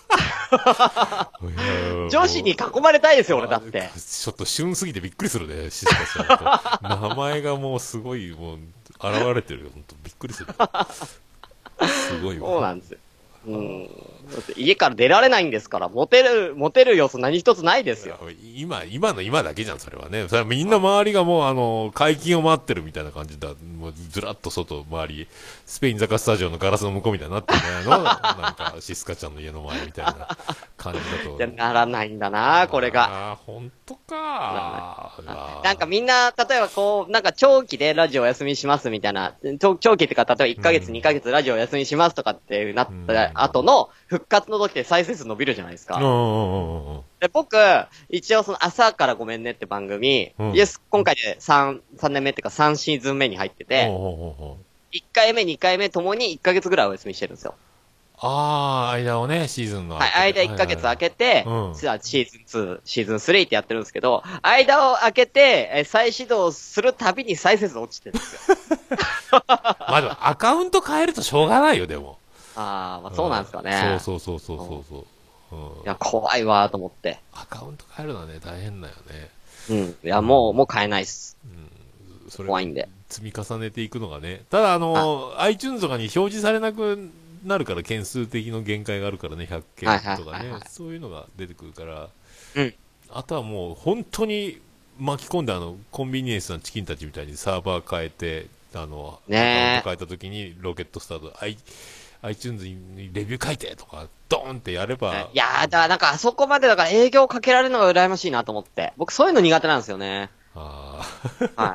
女子に囲まれたいですよ、俺だって。 ちょっと旬すぎてびっくりするね、シスカちゃんと。名前がもうすごい、もう、現れてるよ、ほんと。びっくりする。すごいわ。 そうなんですよ。うん。家から出られないんですから、モテる要素何一つないですよ。 今の今だけじゃん、それはね。それはみんな周りがもう、解禁を待ってるみたいな感じだ。もう、ずらっと外、周り、スペイン坂スタジオのガラスの向こうみたいになってないのなんか、シスカちゃんの家の前みたいな感じだと。 じゃならないんだな、これが。 ああ、ほんとか。 なんかみんな、例えばこう、なんか長期でラジオお休みしますみたいな、長期ってか、例えば1ヶ月、2ヶ月ラジオお休みしますとかってなった後の復活の時で再生数伸びるじゃないですか。で僕、一応その朝からごめんねって番組、今回で3年目っていうか3シーズン目に入ってて、1回目、2回目ともに1ヶ月ぐらいお休みしてるんですよ。 ああ、間をね、シーズンの。 はい、間1ヶ月空けて、シーズン2、シーズン3ってやってるんですけど、間を空けて、再始動するたびに再生数落ちてるんですよ。 まあでも、アカウント変えるとしょうがないよ、でも。 まあそうなんですかね。 そう。 いや、怖いわーと思って。 アカウント変えるのはね、大変だよね。 うん。いや、もう変えないっす。 それ怖いんで。 積み重ねていくのがね。ただiTunes とかに表示されなくなるから件数的の限界があるからね、100件とかね、そういうのが出てくるから、あとはもう本当に巻き込んでコンビニエンスなチキンたちみたいにサーバー変えて、アカウント変えた時にロケットスタート、iTunes にレビュー書いてとか、ドーンってやれば。 いやー、だからなんかあそこまでだから営業かけられるのが羨ましいなと思って。僕そういうの苦手なんですよね。はい。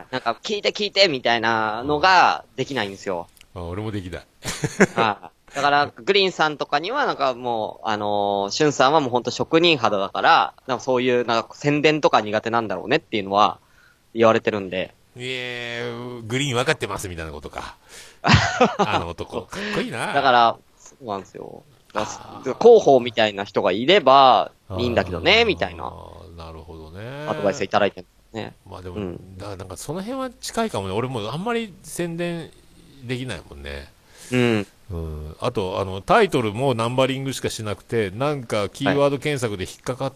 なんか聞いてみたいなのができないんですよ。 俺もできない。 はい。だから、グリーンさんとかには、なんかもう、シュンさんはもうほんと職人肌だから、なんかそういう、なんか宣伝とか苦手なんだろうねっていうのは言われてるんで。 グリーン分かってますみたいなことか。あの男。かっこいいな。 だから、そうなんですよ。広報みたいな人がいればいいんだけどね、みたいな。 なるほどね。 アドバイスいただいてるんですね。 まあでも、だからなんかその辺は近いかもね。俺もあんまり宣伝できないもんね。あと、タイトルもナンバリングしかしなくて、なんかキーワード検索で引っかかって、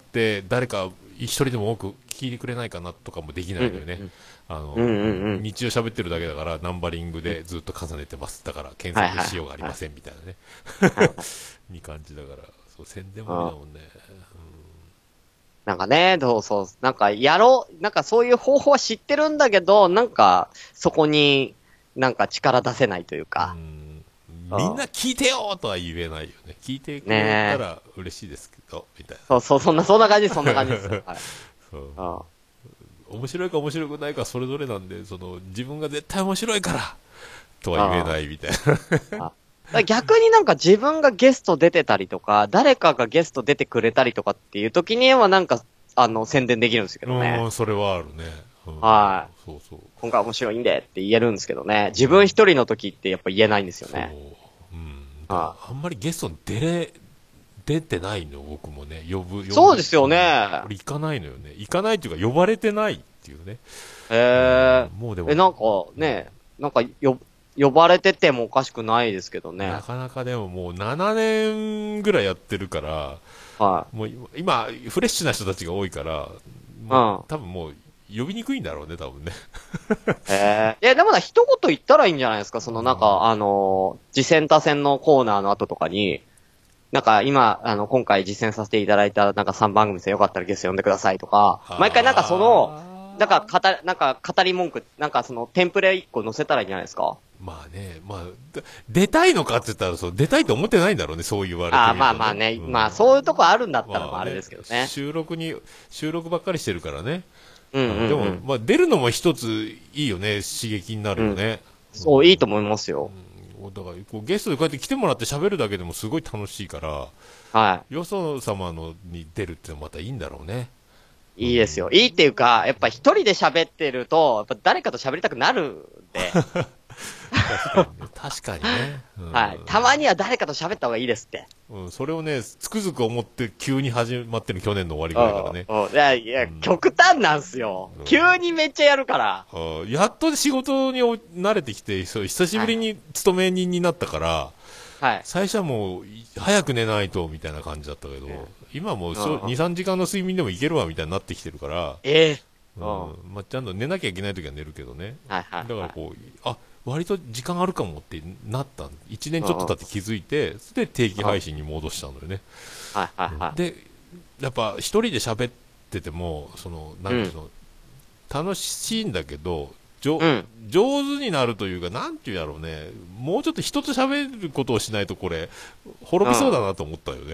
誰か一人でも多く聞いてくれないかなとかもできないのよね。日常喋ってるだけだから、ナンバリングでずっと重ねてます。だから、検索しようがありませんみたいなね。に感じだから、そう、宣伝もいいだもんね。 なんかね、そう、なんかなんかそういう方法は知ってるんだけど、なんか、そこになんか力出せないというか。 みんな聞いてよとは言えないよね。聞いてくれたら嬉しいですけど、みたいな。そう、そんな感じですよ。はい、 面白いか面白くないかそれぞれなんで、自分が絶対面白いから、とは言えないみたいな。逆になんか自分がゲスト出てたりとか、誰かがゲスト出てくれたりとかっていう時にはなんか、宣伝できるんですけどね。 それはあるね。 はい。そう。今回面白いんでって言えるんですけどね。自分一人の時ってやっぱ言えないんですよね。 あんまりゲストに出てないの、僕もね。 そうですよね。 俺行かないのよね。行かないっていうか、呼ばれてないっていうね。 もうでも。なんかね、なんか呼呼ばれててもおかしくないですけどね。 なかなかでももう7年ぐらいやってるから、 はもう今、フレッシュな人たちが多いから、多分もう呼びにくいんだろうね、多分ね。 いや、でも一言言ったらいいんじゃないですか。その次戦他戦のコーナーの後とかに、今、今回実践させていただいた3番組ですよかったらゲスト呼んでくださいとか、毎回語り文句、そのテンプレ1個載せたらいいんじゃないですか。 まあね、出たいのかって言ったら、出たいと思ってないんだろうね、そう言われてみると、ね。 まあね、そういうとこあるんだったらあれですけどね。 収録ばっかりしてるからね。 でも、出るのも一ついいよね、刺激になるよね。 そう、いいと思いますよ。 だからゲストでこうやって来てもらって喋るだけでもすごい楽しいから、よそ様に出るってのはまたいいんだろうね。 いいですよ。いいっていうか、やっぱ一人で喋ってると、やっぱ誰かと喋りたくなるんで。 確かにね。 たまには誰かと喋った方がいいですって。 それをね、つくづく思って急に始まってる去年の終わりぐらいからね。 いや、極端なんすよ。急にめっちゃやるから。 やっと仕事に慣れてきて、久しぶりに勤め人になったから、最初はもう、早く寝ないと、みたいな感じだったけど、今もう2、3時間の睡眠でもいけるわ、みたいになってきてるから、ちゃんと寝なきゃいけないときは寝るけどね。だから割と時間あるかもってなった。1年ちょっと経って気づいて、で、定期配信に戻したのよね。で、やっぱ一人で喋ってても、なんていうの、楽しいんだけど、上手になるというか、なんていうんやろうね、もうちょっと人と喋ることをしないとこれ、滅びそうだなと思ったよね。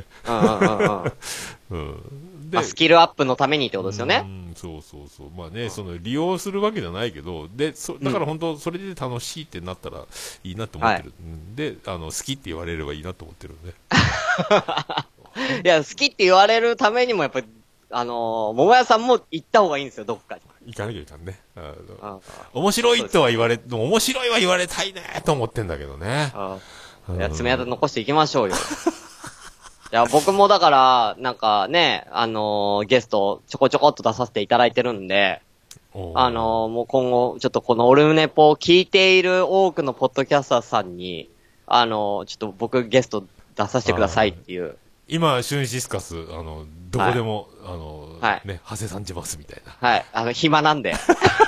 スキルアップのためにってことですよね。 そう。まあね、利用するわけじゃないけど、で、だから本当、それで楽しいってなったらいいなと思ってる。で、好きって言われればいいなと思ってるね。 いや、好きって言われるためにもやっぱり、桃屋さんも行った方がいいんですよ、どっかに。 行かなきゃいかんね。面白いとは言われ、面白いは言われたいねと思ってんだけどね。 いや、爪痕残していきましょうよ。いや、僕もだから、ゲストちょこちょこっと出させていただいてるんで、もう今後、ちょっとこのオルネポを聞いている多くのポッドキャスターさんに、ちょっと僕ゲスト出させてくださいっていう。 今、シュンシスカス、どこでも、長谷さんじますみたいな。暇なんで。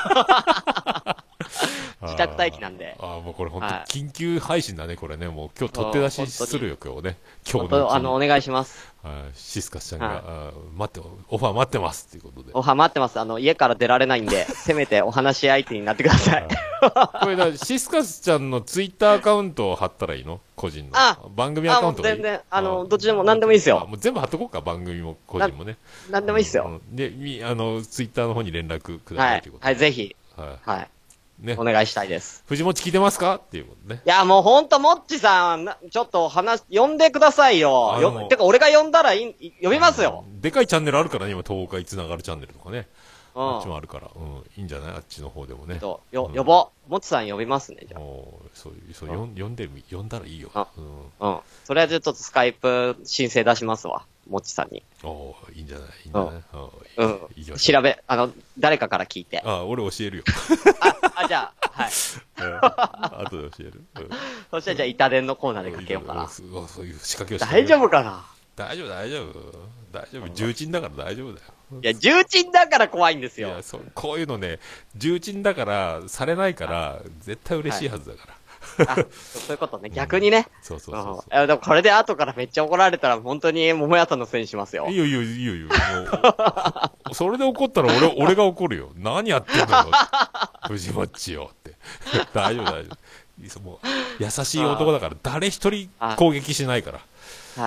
自宅待機なんで。 もうこれ本当緊急配信だね、これね。もう今日取って出しするよ、今日ね。今日の。 お願いします。 シスカスちゃんが、オファー待ってますっていうことで。 オファー待ってます。家から出られないんで、せめてお話し相手になってください。 これシスカスちゃんのツイッターアカウントを貼ったらいいの？個人の。番組アカウントがいい？ 全然、どっちでも何でもいいですよ。 もう全部貼っとこうか、番組も個人もね。 何でもいいですよ。 で、ツイッターの方に連絡くださいということで。 ぜひ。ね。お願いしたいです。 藤持ち聞いてますかっていうことね。 いや、もうほんと、もっちさん、ちょっと呼んでくださいよ。てか、俺が呼んだら呼びますよ。 でかいチャンネルあるからね、今、東海つながるチャンネルとかね。あっちもあるから。いいんじゃないあっちの方でもね。 呼ぼう。もっちさん呼びますね、じゃあ。 呼んだらいいよ。 それはちょっとスカイプ申請出しますわ。もっちさんに。 いいんじゃない調べ、誰かから聞いて。 俺教えるよ。 じゃあ、はい。 後で教える。 そしたらじゃあ、板伝のコーナーでかけようかな。 そういう仕掛けをして。 大丈夫かな？ 大丈夫。重鎮だから大丈夫だよ。 いや、重鎮だから怖いんですよ。いや、 こういうのね、重鎮だから、されないから、絶対嬉しいはずだから。 そういうことね。逆にね。 そう。 でもこれで後からめっちゃ怒られたら、本当に桃屋さんのせいにしますよ。 いいよ。それで怒ったら俺が怒るよ。何やってんだよ。藤マッチよって。大丈夫。もう優しい男だから、誰一人攻撃しないから。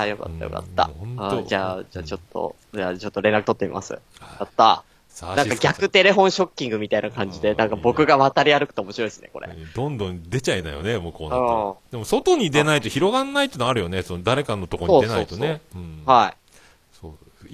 よかった。じゃあちょっと連絡取ってみます。やった。なんか逆テレフォンショッキングみたいな感じで、なんか僕が渡り歩くと面白いですね、これ。 どんどん出ちゃいなよね、もうこうなった。でも外に出ないと広がんないってのあるよね、誰かのとこに出ないとね。 はい。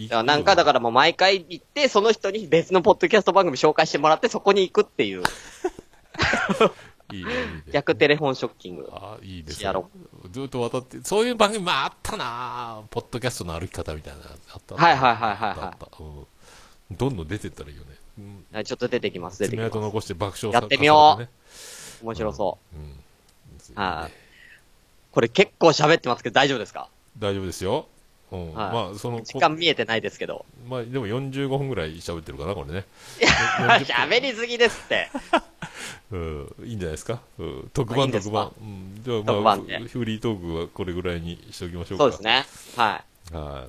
なんかだからもう毎回行って、その人に別のポッドキャスト番組紹介してもらって、そこに行くっていう。 いいね。 逆テレフォンショッキング。 いいですね。ずっと渡って、そういう番組、あったなポッドキャストの歩き方みたいな。あった。 はい。 どんどん出てったらいいよね。 ちょっと出てきます。 爪痕残して爆笑やってみよう。面白そはい。これ結構喋ってますけど大丈夫ですか？ 大丈夫ですよ。うん。 はいまあ、 時間見えてないですけど。 まあ、でも45分ぐらい喋ってるかな、これね。 いや、喋りすぎですって。 うん、いいんじゃないですか。うん、特番、 まあいいんですか？ 特番。うん。じゃあ、 特まあ、 番でフリートークはこれぐらいにしておきましょうか。 そうですね。はい。 はい。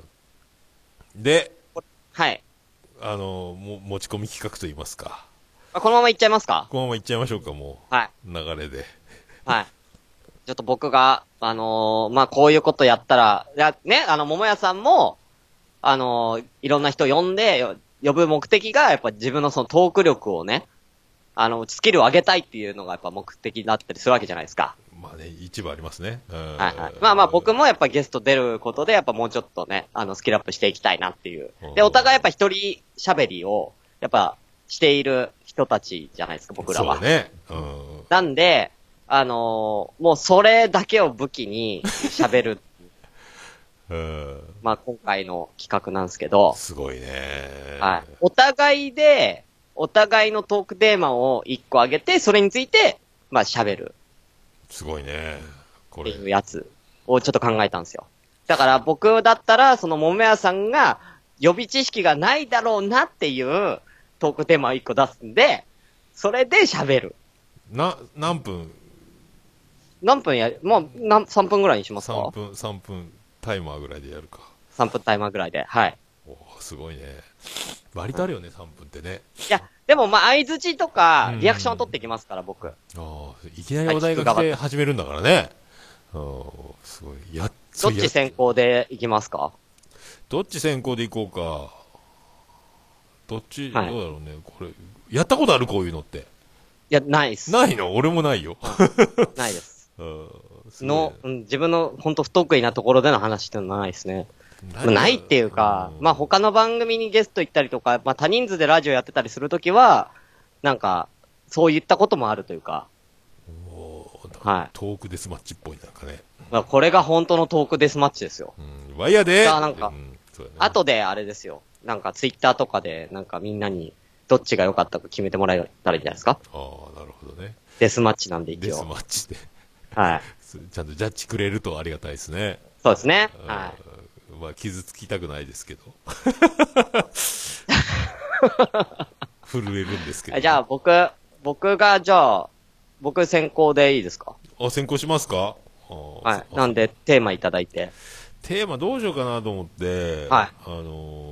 で、 はい。 持ち込み企画といいますか。 このままいっちゃいますか？ このままいっちゃいましょうか、もう。 はい。 流れで。 はい。ちょっと僕が、まあ、こういうことやったら、いや、ね、桃屋さんも、いろんな人呼んで、呼ぶ目的が、やっぱ自分のそのトーク力をね、スキルを上げたいっていうのがやっぱ目的だったりするわけじゃないですか。 まあね、一部ありますね。 はいはい。まあまあ僕もやっぱゲスト出ることで、やっぱもうちょっとね、スキルアップしていきたいなっていう。で、お互いやっぱ一人喋りを、やっぱ、している人たちじゃないですか、僕らは。 そうね。 なんで、もうそれだけを武器に喋る。まあ今回の企画なんですけど。 すごいね。 はい。お互いのトークテーマを一個上げて、それについて、まあ喋る。 すごいね。これ。 っていうやつをちょっと考えたんですよ。だから僕だったら、その桃屋さんが予備知識がないだろうなっていうトークテーマを一個出すんで、それで喋る。 何分もう3分ぐらいにしますか？ 3分タイマーぐらいでやるか。 3 分タイマーぐらいで。はい。 おすごいね。割とあるよね、3分ってね。 いや、でもまあ相槌とか、リアクションを取っていきますから、僕。 いきなりお題が来て始めるんだからね。すごい。 どっち先行でいきますか？ どっち先行でいこうか。どっち、 はい、 どうだろうね。これ、やったことあるこういうのって。 いや、ないっす。 ないの？俺もないよ。 ないです。自分の本当不得意なところでの話っていうのはないですね。ないっていうか、まあ他の番組にゲスト行ったりとか、まあ多人数でラジオやってたりするときは、なんか、そういったこともあるというか。はい。 トークデスマッチっぽいなんかね。 まあこれが本当のトークデスマッチですよ。 ワイヤーでなんか、後であれですよ。なんかツイッターとかで、なんかみんなにどっちが良かったか決めてもらえたらいいんじゃないですか？ ああ、なるほどね。 デスマッチなんで一応。 デスマッチで。 はい。 ちゃんとジャッジくれるとありがたいですね。 そうですね。はい。 まあ、傷つきたくないですけど。震えるんですけど、ね。 じゃあ僕先行でいいですか？ 先行しますか？ はい。なんで、テーマいただいて。 テーマどうしようかなと思って、 はい。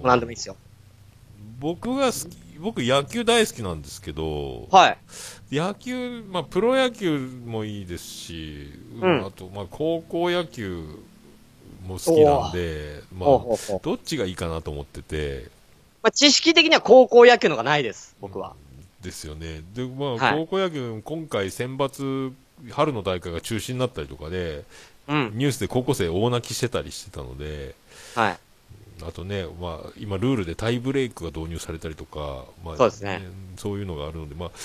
なんでもいいですよ。 僕野球大好きなんですけど、 はい。 野球、まあ、プロ野球もいいですし、あと、まあ、高校野球も好きなんで、まあ、どっちがいいかなと思ってて。 まあ、知識的には高校野球のがないです、僕は。 ですよね。で、まあ、高校野球、今回選抜、春の大会が中止になったりとかで、ニュースで高校生大泣きしてたりしてたので、 はい。 あとね、まあ、今ルールでタイブレイクが導入されたりとか、まあ、 そうですね。 そういうのがあるので、まあ、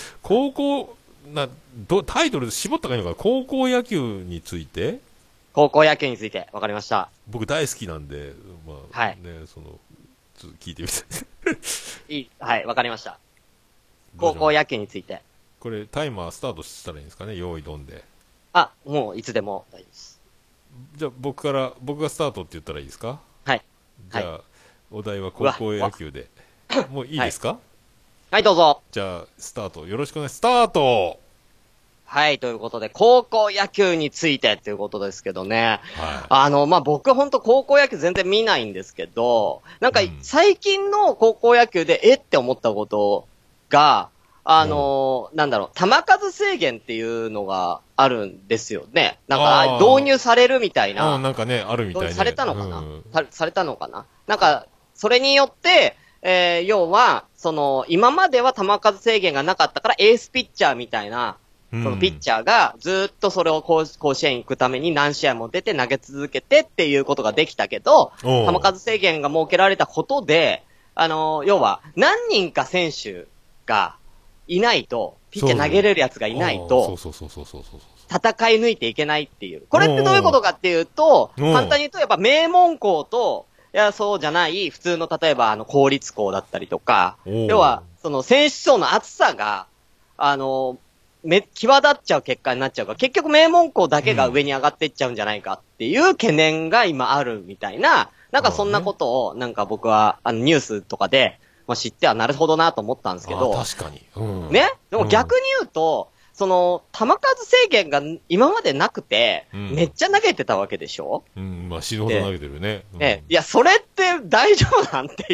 タイトル絞ったかいいのかな、高校野球について高校野球について、わかりました。 僕大好きなんで、まあ、 はい。 ね、ちょっと聞いてみたはい、わかりました。高校野球について。 これ、タイマースタートしたらいいんですかね、用意どんで。 もういつでも大丈夫です。 じゃあ僕がスタートって言ったらいいですか？ はい。 じゃあ、お題は高校野球で。もういいですか？ はい、どうぞ。 じゃあ、スタート。よろしくお願いします。スタート。 はい、ということで、高校野球についてっていうことですけどね。 はい。 まあ、僕ほんと高校野球全然見ないんですけど、なんか、最近の高校野球で、って思ったことが、なんだろう、球数制限っていうのがあるんですよね。なんか、導入されるみたいな。 なんかね、あるみたいね。 されたのかな、されたのかななんか、それによって、要は、今までは球数制限がなかったから、エースピッチャーみたいな、そのピッチャーがずっとそれを甲子園行くために何試合も出て投げ続けてっていうことができたけど、球数制限が設けられたことで、要は何人か選手がいないと、ピッチャー投げれるやつがいないと、戦い抜いていけないっていう。これってどういうことかっていうと、簡単に言うとやっぱ名門校と、いや、そうじゃない、普通の例えば公立校だったりとか、要は、その選手層の厚さが、 際立っちゃう結果になっちゃうから、結局名門校だけが上に上がっていっちゃうんじゃないかっていう懸念が今あるみたいな、なんかそんなことを、なんか僕は、ニュースとかで、まあ、知ってはなるほどなと思ったんですけど、 確かに。 ねでも逆に言うと、その、球数制限が今までなくて、めっちゃ投げてたわけでしょまあ死ぬほど投げてるね。 いや、それって大丈夫なんていう、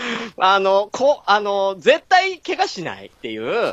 絶対怪我しないっていう、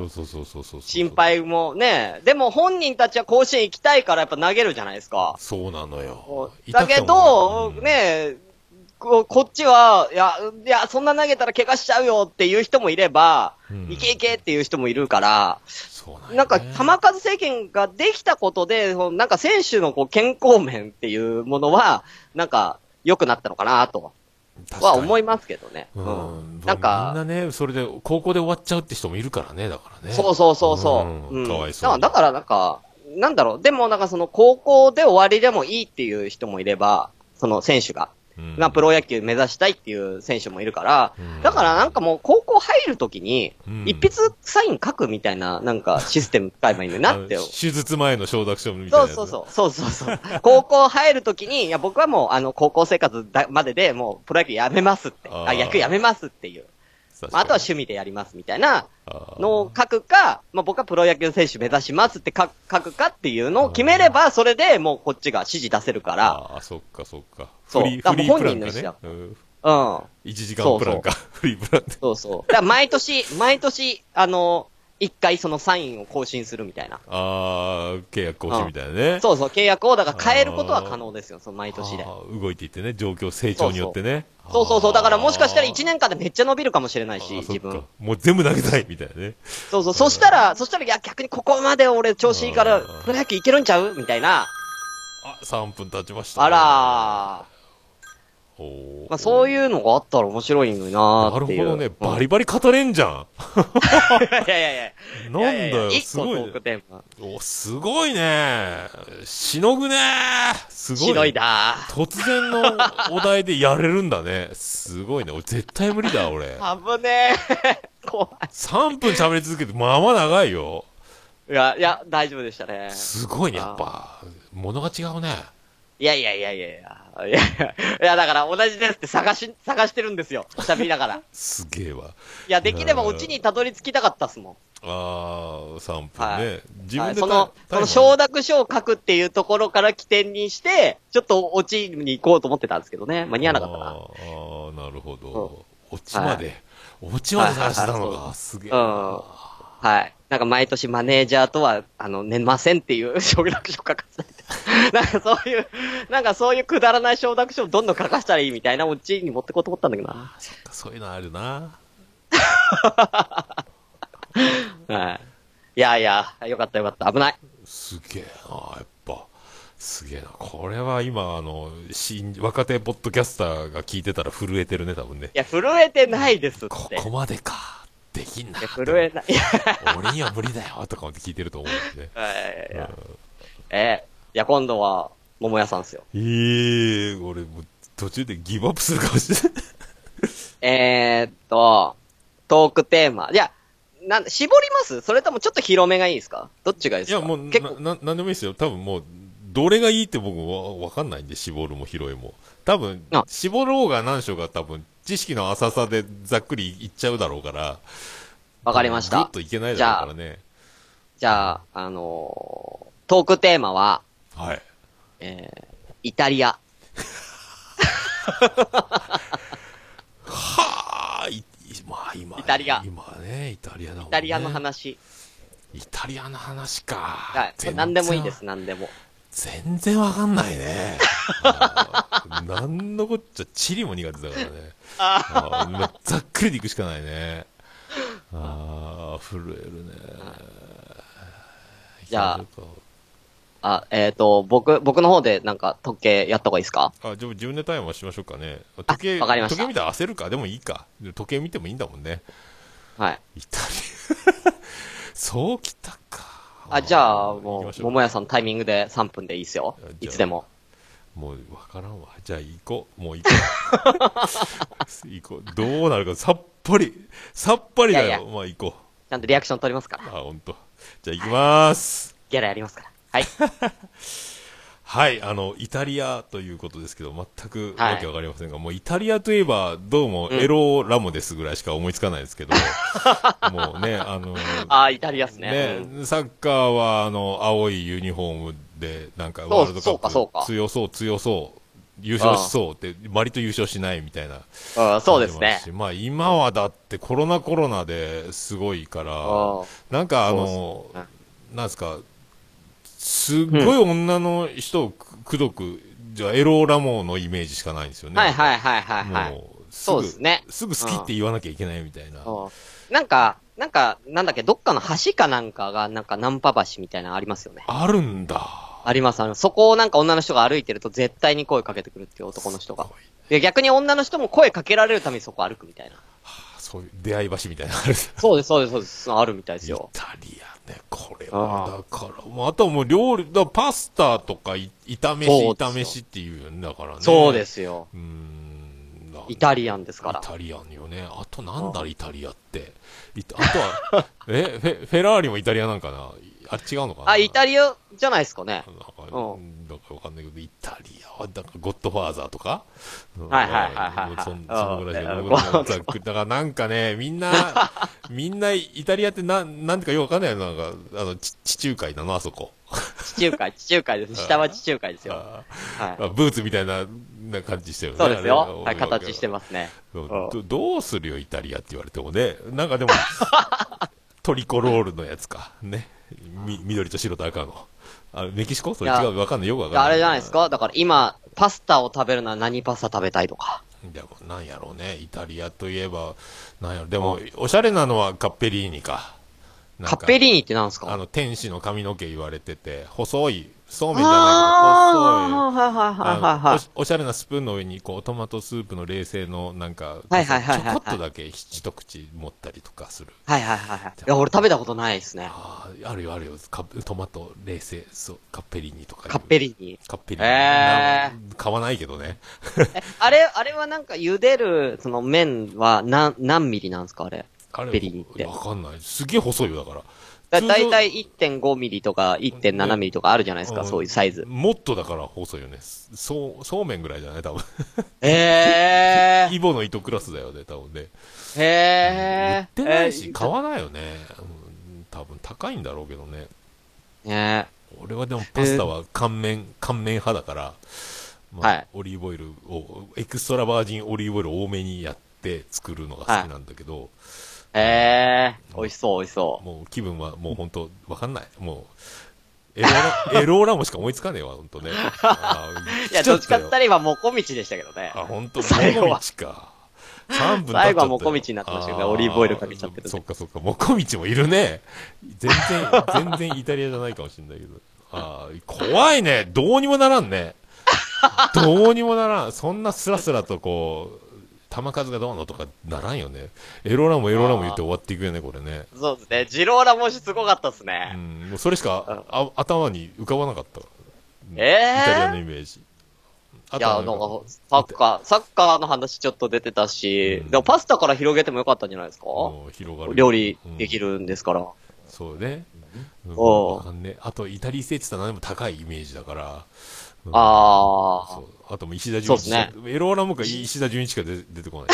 心配もね、でも本人たちは甲子園行きたいからやっぱ投げるじゃないですか。 そうなのよ。 だけど、ね、こっちは、いや、そんな投げたら怪我しちゃうよっていう人もいれば、いけいけっていう人もいるから、なんか球数制限ができたことで、なんか選手のこう健康面っていうものは、なんか良くなったのかなとは思いますけどね。 なんか、みんなね、それで高校で終わっちゃうって人もいるからね、だからね。 そう。 かわいそう。 だからなんか、なんだろう、でもなんかその高校で終わりでもいいっていう人もいれば、その選手が。プロ野球目指したいっていう選手もいるから、だからなんかもう高校入るときに、一筆サイン書くみたいな、なんかシステム使えばいいんだよなって。 手術前の承諾書みたいな。 そう。高校入るときに、いや僕はもう高校生活まででもうプロ野球やめますって。野球やめますっていう。あとは趣味でやりますみたいなのを書くか、まあ僕はプロ野球選手目指しますって書くかっていうのを決めれば、それでもうこっちが指示出せるから。 ああ、そっか。 そう。 フリープランかね。1時間プランか。フリープランで。 そう。だから毎年、一回そのサインを更新するみたいな。 契約更新みたいなね。 そう、契約をだから変えることは可能ですよ、その毎年で。 動いていってね、状況、成長によってね。 そう。だからもしかしたら1年間でめっちゃ伸びるかもしれないし、自分。 もう全部投げたいみたいなね。 そう。そしたら、いや、逆にここまで俺調子いいから、プロ野球いけるんちゃうみたいな。 3分経ちました、 あらー。まあそういうのがあったら面白いのになーっていう。 なるほどね。バリバリ語れんじゃん。 いや。 なんだよ、すごい。すごいね。しのぐね。すごい。 しのいだ。 突然のお題でやれるんだね。すごいね。俺絶対無理だ、俺。 危ねえ。怖い。 3分喋り続けて、まあまあ長いよ。 いや、大丈夫でしたね。 すごいね、やっぱ。物が違うね。 いや、だから同じですって探してるんですよ。喋りながら。 すげえわ。 いや、できればオチにたどり着きたかったっすもん。 3分ね。 自分でその承諾書を書くっていうところから起点にして、ちょっとオチに行こうと思ってたんですけどね。間に合わなかったな。 なるほど。オチまで探してたのか。すげえ。 はい。なんか毎年マネージャーとは、寝ませんっていう承諾書書かせて。なんかそういうくだらない承諾書をどんどん書かせたらいいみたいなオチに持ってこうと思ったんだけどな。 そっか、そういうのあるな。 はい。いや、よかった。危ない。 すげえな、やっぱ。すげえな。これは今、若手ポッドキャスターが聞いてたら震えてるね、多分ね。 いや、震えてないですって。 ここまでか。できんな。 震えない。 俺には無理だよ、とか思って聞いてると思うんでね。いや、今度は、桃屋さんっすよ。 俺もう途中でギブアップするかもしれない。 トークテーマ。いや、絞りますそれともちょっと広めがいいですかどっちがいいですか？ いや、もう、なんでもいいですよ。多分もう、どれがいいって僕はわかんないんで、絞るも広いも。多分、絞ろうが何しようが多分、知識の浅さでざっくりいっちゃうだろうから。 わかりました。 ぐっといけないだろうからね。 じゃあ、トークテーマは、 はい。 イタリア。 今、 イタリア。 今ね、イタリアだもんね。 イタリアの話。 イタリアの話か。 はい。何でもいいです、何でも。 全然わかんないね。なんのこっちゃ、チリも苦手だからね。ざっくりでいくしかないね。震えるね。 じゃあ、僕の方でなんか時計やった方がいいですか？ じゃあ自分でタイマーしましょうかね。 わかりました。 時計見たら焦るか。でもいいか。時計見てもいいんだもんね。 はい。 イタリア。そうきたか。 じゃあ、もう、桃屋さんタイミングで3分でいいですよ。いつでも。 もう、わからんわ。じゃあ、行こう。もう行こう。行こう。どうなるか、さっぱりだよ。まあ、行こちゃんとリアクション取りますから。 ほんと。じゃあ行きまーす。 ギャラやりますから。はい。 はい、イタリアということですけど、全くはいわけわかりませんが、もうイタリアといえば、どうもエロラモですぐらいしか思いつかないですけど、もうね、 イタリアっすね。 サッカーは、青いユニフォームで、なんか、ワールドカップ、強そう、強そう、優勝しそうって、割と優勝しないみたいな。 そうですね。 まあ、今はだってコロナですごいから、なんかなんすか、すっごい女の人を口説く、じゃあエロラモのイメージしかないんですよね。 はいはいはいはいはい。 もう、 そうですね。 すぐ好きって言わなきゃいけないみたいな。 なんだっけ、どっかの橋かなんかが、なんかナンパ橋みたいなのありますよね。 あるんだ。 あります。そこをなんか女の人が歩いてると絶対に声かけてくるっていう男の人が。で、逆に女の人も声かけられるためにそこ歩くみたいな。 そういう出会い橋みたいなのある。 そうです、そうです、そうです。あるみたいですよ。 イタリアね、これは、だから、もうあとはもう料理、パスタとか炒めしっていうんだからね。 そうですよ。イタリアンですから。 イタリアンよね。あとなんだイタリアって。あとは、フェラーリもイタリアなんかな。あれ違うのかな。 イタリアじゃないですかね。 だからわかんないけど、イタリアは、だからゴッドファーザーとかはいはいはいはい。 そのぐらいで、僕もざっくり。だからなんかね、みんなイタリアってなんてかよくわかんないの。なんか、地中海なの、あそこ。 地中海です。下は地中海ですよ。 ブーツみたいな感じしてるね。 そうですよ。はい、形してますね。 どうするよ、イタリアって言われてもね。なんかでも、トリコロールのやつか。ね。緑と白と赤の。メキシコそれ違う、わかんない。よくわかんない。 あれじゃないですか。だから今、パスタを食べるなら何パスタ食べたいとか。 でも、なんやろうね。イタリアといえば、なんやろ。でも、おしゃれなのはカッペリーニか。 カッペリーニってなんですか？ 天使の髪の毛言われてて、細い、そうめんじゃないけど、細い、おしゃれなスプーンの上に、こう、トマトスープの冷製の、なんか、ちょこっとだけ一口持ったりとかする。 はいはいはい。いや、俺食べたことないですね。 あるよあるよ。トマト冷製、そう、カッペリーニとか。 カッペリーニ。 買わないけどね。 あれはなんか茹でる、その麺は何ミリなんですかあれ。カッペリーニって。 わかんない。すげえ細いよ、だから。 だいたい 1.5 ミリとか 1.7 ミリとかあるじゃないですか、そういうサイズ。 もっとだから細いよね。そうめんぐらいじゃない多分。イボの糸クラスだよね、多分ね。売ってないし、買わないよね。多分高いんだろうけどね。俺はでもパスタは乾麺派だから、オリーブオイルを、エクストラバージンオリーブオイル多めにやって作るのが好きなんだけど、 美味しそう、美味しそう。 もう気分はもう本当わかんない。もう、エローラモしか思いつかねえわ、本当ね。 いや、どっちかって言ったら今、もこみちでしたけどね。 本当もこみちか。3分経っちゃった。 最後はもこみちになってましたけどね、オリーブオイルかけちゃってる。 そっかそっか、もこみちもいるね。全然イタリアじゃないかもしれないけど。怖いね。どうにもならんね。どうにもならん。そんなスラスラとこう、球数がどうのとかならんよね。エロラも言って終わっていくよね、これね。 そうですね。ジローラもしすごかったっすね。 もうそれしか、頭に浮かばなかった。イタリアのイメージ。 いや、なんか、サッカーの話ちょっと出てたし、でもパスタから広げてもよかったんじゃないですか？ 広がる。 料理できるんですから。 そうね。あと、イタリー製って言ったら何でも高いイメージだから。あとも石田純一。エローラムか石田純一しか出てこない。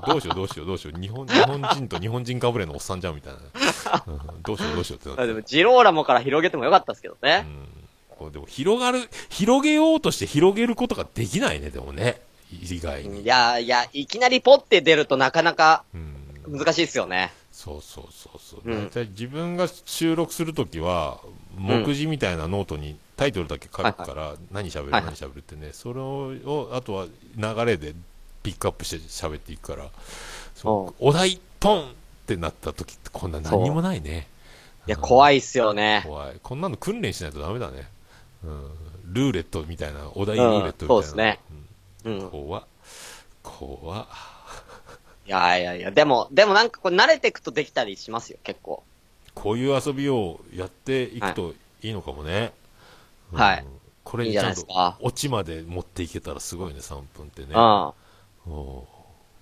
どうしよう。日本人と日本人かぶれのおっさんじゃんみたいな。どうしようってなって。 でも、ジローラモから広げてもよかったですけどね。 でも広げようとして広げることができないね、でもね。意外に。 いや、いきなりポッて出るとなかなか難しいですよね。 そう。大体自分が収録するときは、目次みたいなノートにタイトルだけ書くから、何喋るってね、それを、あとは流れでピックアップして喋っていくから、お題ポンってなったときってこんな何にもないね。 いや、怖いっすよね。 怖い。こんなの訓練しないとダメだね。ルーレットみたいな、お題ルーレットみたいな。 そうですね。 怖いや、でもなんかこう慣れていくとできたりしますよ、結構。 こういう遊びをやっていくといいのかもね。 はい。 これにちゃんとオチまで持っていけたらすごいね、3分ってね。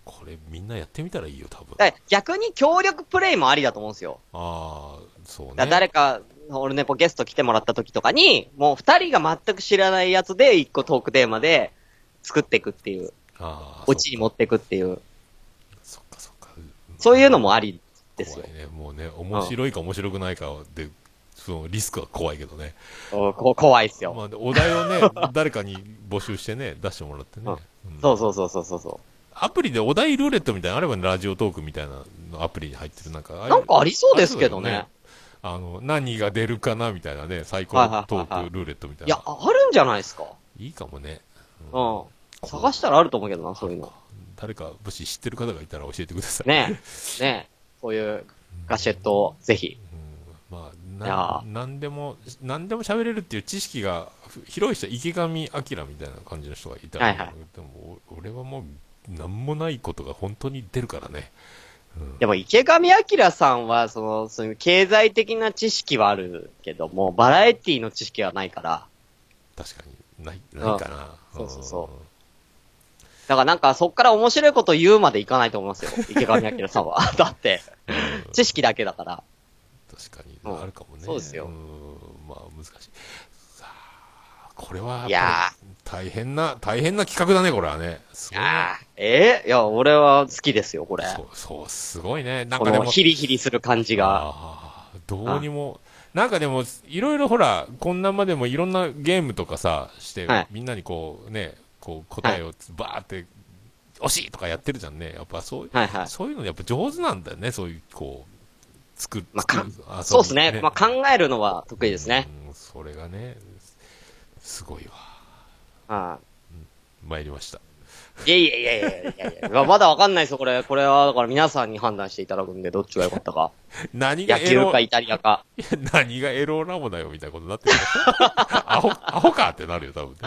これみんなやってみたらいいよ、多分。 だから逆に協力プレイもありだと思うんですよ。 ああ、そうね。 誰か、俺ね、ゲスト来てもらった時とかに、もう二人が全く知らないやつで一個トークテーマで作っていくっていう。オチに持っていくっていう。 そっかそっか。 そういうのもありですよ。 怖いね。もうね、面白いか面白くないかで、そのリスクは怖いけどね。 怖いっすよ。 まあ、お題をね、誰かに募集してね、出してもらってね。 そうそうそうそうそう。 アプリでお題ルーレットみたいなのあればね、ラジオトークみたいなのアプリに入ってるなんかありそうですけどね。 何が出るかなみたいなね、サイコロトークルーレットみたいな。 いや、あるんじゃないですか。 いいかもね。 探したらあると思うけどな、そういうの。 誰か、もし知ってる方がいたら教えてください。 ねえ。そういうガシェットをぜひ。 まあ、なんでも喋れるっていう知識が広い人、池上彰みたいな感じの人がいたら、でも俺はもうなんもないことが本当に出るからね。 でも池上彰さんは、その経済的な知識はあるけども、バラエティの知識はないから。 確かに、ないかな。 そうそうそう。だからなんかそっから面白いこと言うまでいかないと思いますよ。池上彰さんは。だって、知識だけだから。 確かに、あるかもね。 そうですよ。 まあ難しい。さあ、これはやっぱり大変な企画だね、これはね。 いや、俺は好きですよ、これ。 そう、すごいね。なんかでも。 ヒリヒリする感じが。 どうにも。なんかでも、いろいろほら、こんなまでもいろんなゲームとかさ、して、みんなにこうね、こう答えをバーって惜しいとかやってるじゃんね。やっぱそういうのやっぱ上手なんだよね。そういうこう作る。 そうですね。まあ考えるのは得意ですね。 それがねすごいわ。参りました。 いやまだわかんないですよこれはだから皆さんに判断していただくんでどっちが良かったか。 何が野球かイタリアか。 何がエローラモだよみたいなことになってる。アホかってなるよ多分ね。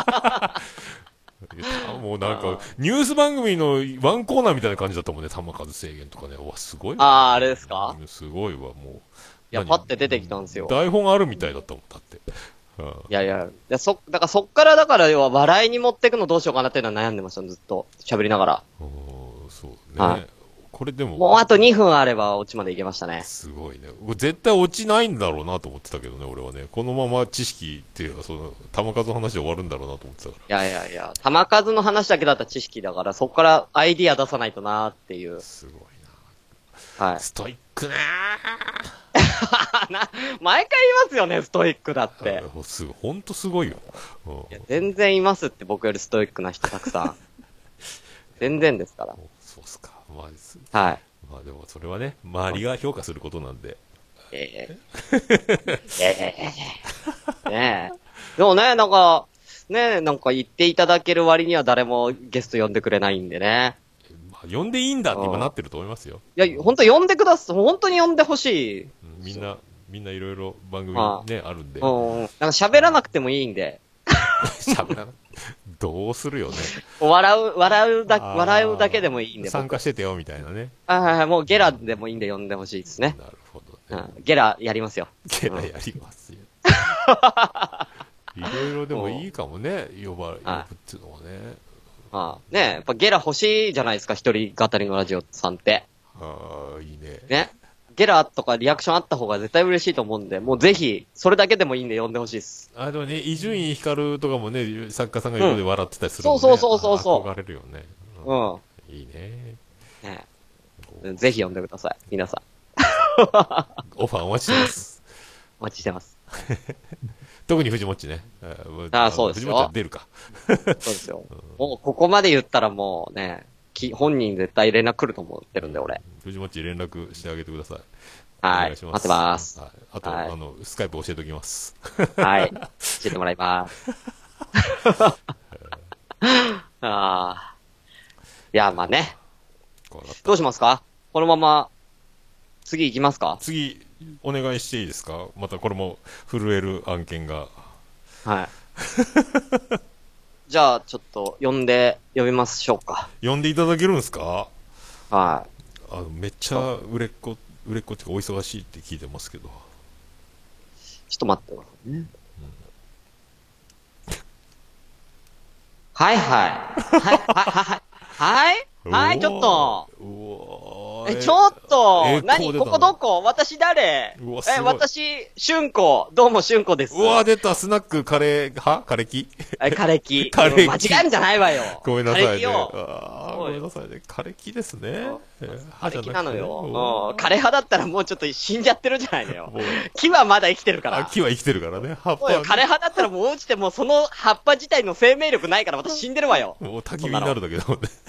もうなんかニュース番組のワンコーナーみたいな感じだったもんね。球数制限とかね。わすごいわ。 あれですか。 すごいわもう。 いやパッて出てきたんですよ。 台本あるみたいだったもんだって。 いやだからそっから要は笑いに持っていくのどうしようかなっていうのは悩んでましたずっと喋りながら。 そうね。これでももうあと2分あればオチまでいけましたね。 すごいね。絶対落ちないんだろうなと思ってたけどね、俺はね。このまま知識っていうか、球数の話で終わるんだろうなと思ってたから。 いや、球数の話だけだったら知識だから、そこからアイディア出さないとなーっていう。 すごいな。はい。 ストイックね毎回言いますよね、ストイックだって。 ほんとすごいよ。 いや全然いますって、僕よりストイックな人たくさん。全然ですから。 そうっすか。はい。まあでもそれはね、周りが評価することなんで。 ねえ。でもね、なんか言っていただける割には誰もゲスト呼んでくれないんでね。 呼んでいいんだって今なってると思いますよ。 いや、ほんと呼んでください。本当に呼んでほしい。 みんないろいろ番組ね、あるんで。 なんか喋らなくてもいいんで。 喋らなどうするよね。 笑うだけでもいいんで。 参加しててよ、みたいなね。 はい、もうゲラでもいいんで呼んでほしいですね。 なるほどね。 ゲラやりますよ。 ゲラやりますよ。いろいろでもいいかもね、呼ぶっていうのはね。 ねやっぱゲラ欲しいじゃないですか、一人語りのラジオさんって。 いいね。 ね。ゲラとかリアクションあった方が絶対嬉しいと思うんで、もうぜひ、それだけでもいいんで呼んでほしいです。 でもね、伊集院光とかもね、作家さんが横で笑ってたりするもんね。 そう。 憧れるよね。いいね。 ぜひ呼んでください、皆さん。 オファーお待ちしてます。 お待ちしてます。 特に藤もっちね。 そうですよ。 藤もっちは出るか。 そうですよ。もうここまで言ったらもうね、本人絶対連絡来ると思ってるんで、俺。 藤もっち連絡してあげてください。 はい。お願いします。待ってます。 あと、スカイプ教えておきます。 はい。教えてもらいます。いや、まあね。どうしますか？このまま、次行きますか？ 次、お願いしていいですか？またこれも震える案件が。 はい。じゃあ、ちょっと、呼びましょうか。 呼んでいただけるんですか？ はい。 めっちゃ売れっ子っていうかお忙しいって聞いてますけど。 ちょっと待ってくださいね。はい。 ないちょっと。ちょっと何ここどこ私誰私、春子。どうも春子です。 うわ、出た。スナックカレー、枯れ木枯れ木。 枯れ木。 間違えるんじゃないわよ。 ごめんなさいね。 枯れ木よ。 ごめんなさいね。枯れ木ですね。 枯れ木なのよ。枯れ葉だったらもうちょっと死んじゃってるじゃないのよ。木はまだ生きてるから。 木は生きてるからね。葉っぱ。 枯れ葉だったらもう落ちてもその葉っぱ自体の生命力ないからまた死んでるわよ。 もう焚き火になるだけだもんね。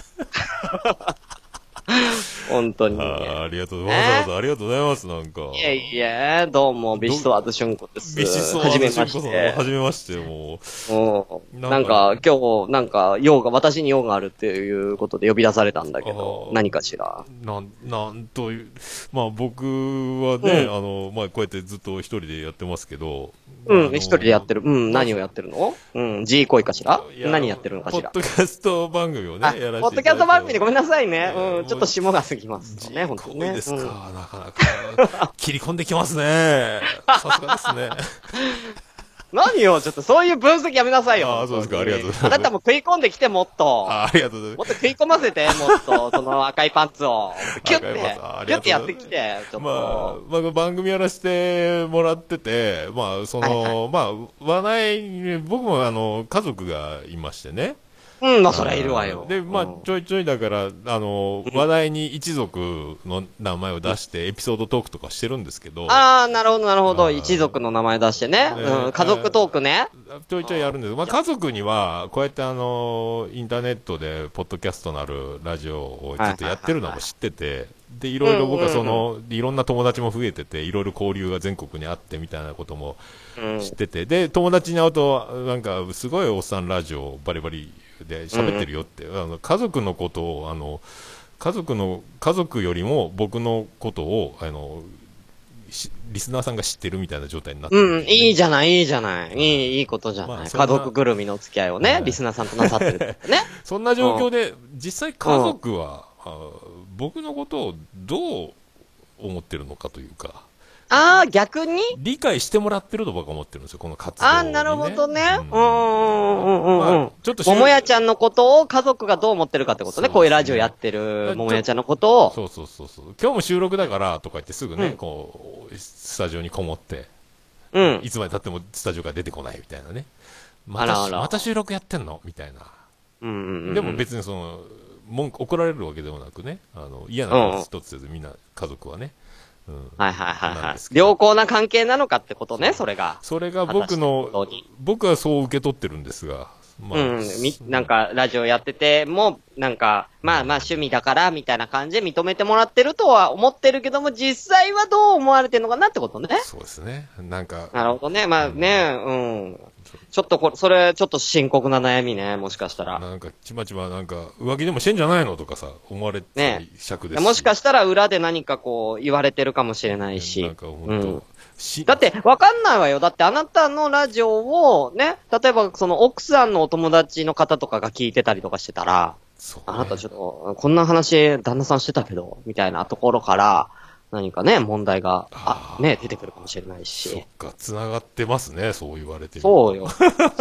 本当に。 ありがとう。わざわざありがとうございます、なんか。 いえいえ、どうも、ビシソワーズ春子です。 ビシソワーズ春子さん。はじめまして、もう。なんか、今日、なんか、私に用があるっていうことで呼び出されたんだけど、何かしら。 なんという、まあ僕はね、まあこうやってずっと一人でやってますけど。 一人でやってる。何をやってるのG 恋かしら何やってるのかしら。 ポッドキャスト番組をね、やらせていただいて。 ポッドキャスト番組でごめんなさいね。ちょっと霜が過ぎますね、本当にね。 ですか、なかなか。切り込んできますね。さすがですね。 何よ、ちょっとそういう分析やめなさいよ。 そうですか、ありがとうございます。 あなたも食い込んできて、もっと。 ありがとうございます。 もっと食い込ませて、もっと、その赤いパンツを。キュッてやってきて、ちょっと。 まあ、番組やらせてもらってて、まあ、まあ、話題、僕も家族がいましてね。 まあ、そりゃいるわよ。 で、まあ、ちょいちょいだから、話題に一族の名前を出して、エピソードトークとかしてるんですけど。 なるほど、なるほど。一族の名前出してね。家族トークね。 ちょいちょいやるんです。まあ、家族には、こうやってインターネットで、ポッドキャストなるラジオをずっとやってるのも知ってて、で、いろいろ僕はいろんな友達も増えてて、いろいろ交流が全国にあってみたいなことも知ってて、で、友達に会うと、なんか、すごいおっさんラジオバリバリで喋ってるよって、家族のことを、家族よりも僕のことを、リスナーさんが知ってるみたいな状態になってる、ね。 いいじゃない、いいじゃない。いいことじゃない。家族ぐるみの付き合いをね、リスナーさんとなさってるね。 そんな状況で、実際家族は、僕のことをどう思ってるのかというか。 逆に理解してもらってると僕は思ってるんですよ、この活動に、ね。 なるほどね。ちょっと桃屋ちゃんのことを家族がどう思ってるかってことね。こういうラジオやってる桃屋ちゃんのことを。 そう。今日も収録だからとか言ってすぐね、こう、スタジオにこもって、いつまで経ってもスタジオから出てこないみたいなね。また収録やってんのみたいな。でも別に怒られるわけでもなくね、嫌なこと一つせずみんな家族はね。 良好な関係なのかってことね、それが。 それが僕はそう受け取ってるんですが。 なんか、ラジオやってても、なんか、まあ趣味だから、みたいな感じで認めてもらってるとは思ってるけども、実際はどう思われてるのかなってことね。 そうですね。なんか。 なるほどね。まあね、ちょっとそれ、ちょっと深刻な悩みね、もしかしたら。 なんか、ちまちまなんか、浮気でもしてんじゃないのとかさ、思われて尺ですし。 もしかしたら裏で何かこう、言われてるかもしれないし。 なんか本当、 だって、わかんないわよ。だってあなたのラジオを、ね、例えばその奥さんのお友達の方とかが聞いてたりとかしてたら、あなたちょっと、こんな話、旦那さんしてたけど、みたいなところから、何かね、問題が、出てくるかもしれないし。 そっか、繋がってますね、そう言われてる。 そうよ。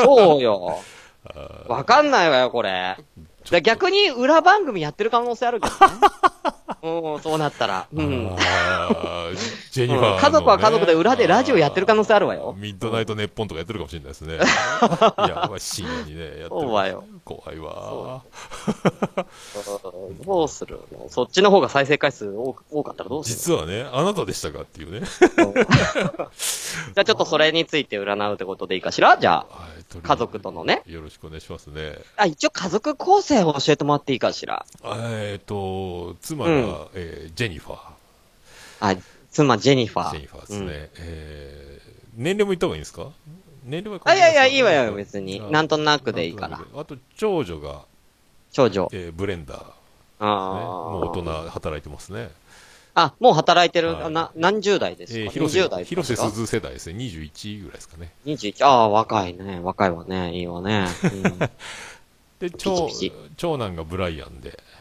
わかんないわよ、これ。逆に裏番組やってる可能性あるけどね。そうなったら。ジェニファー。 家族は家族で裏でラジオやってる可能性あるわよ。 ミッドナイトネッポンとかやってるかもしれないですね。いや、深夜にね、やってる。 そうわよ。 怖いわ。 どうするの？そっちの方が再生回数多かったらどうする？ 実はね、あなたでしたかっていうね。 じゃあちょっとそれについて占うってことでいいかしら？じゃあ。家族とのね。 よろしくお願いしますね。 一応家族構成を教えてもらっていいかしら？ 妻が、ジェニファー。 妻ジェニファー。 ジェニファーですね。年齢も言った方がいいんですか？年齢は。 いや、いいわよ、別に。なんとなくでいいから。 あと、長女が、ブレンダー。もう大人働いてますね。 もう働いてる。何十代ですか？20代。 広瀬すず世代ですね。21ぐらいですかね。 21。若いね。若いわね。いいわね。 で、長男がブライアンで。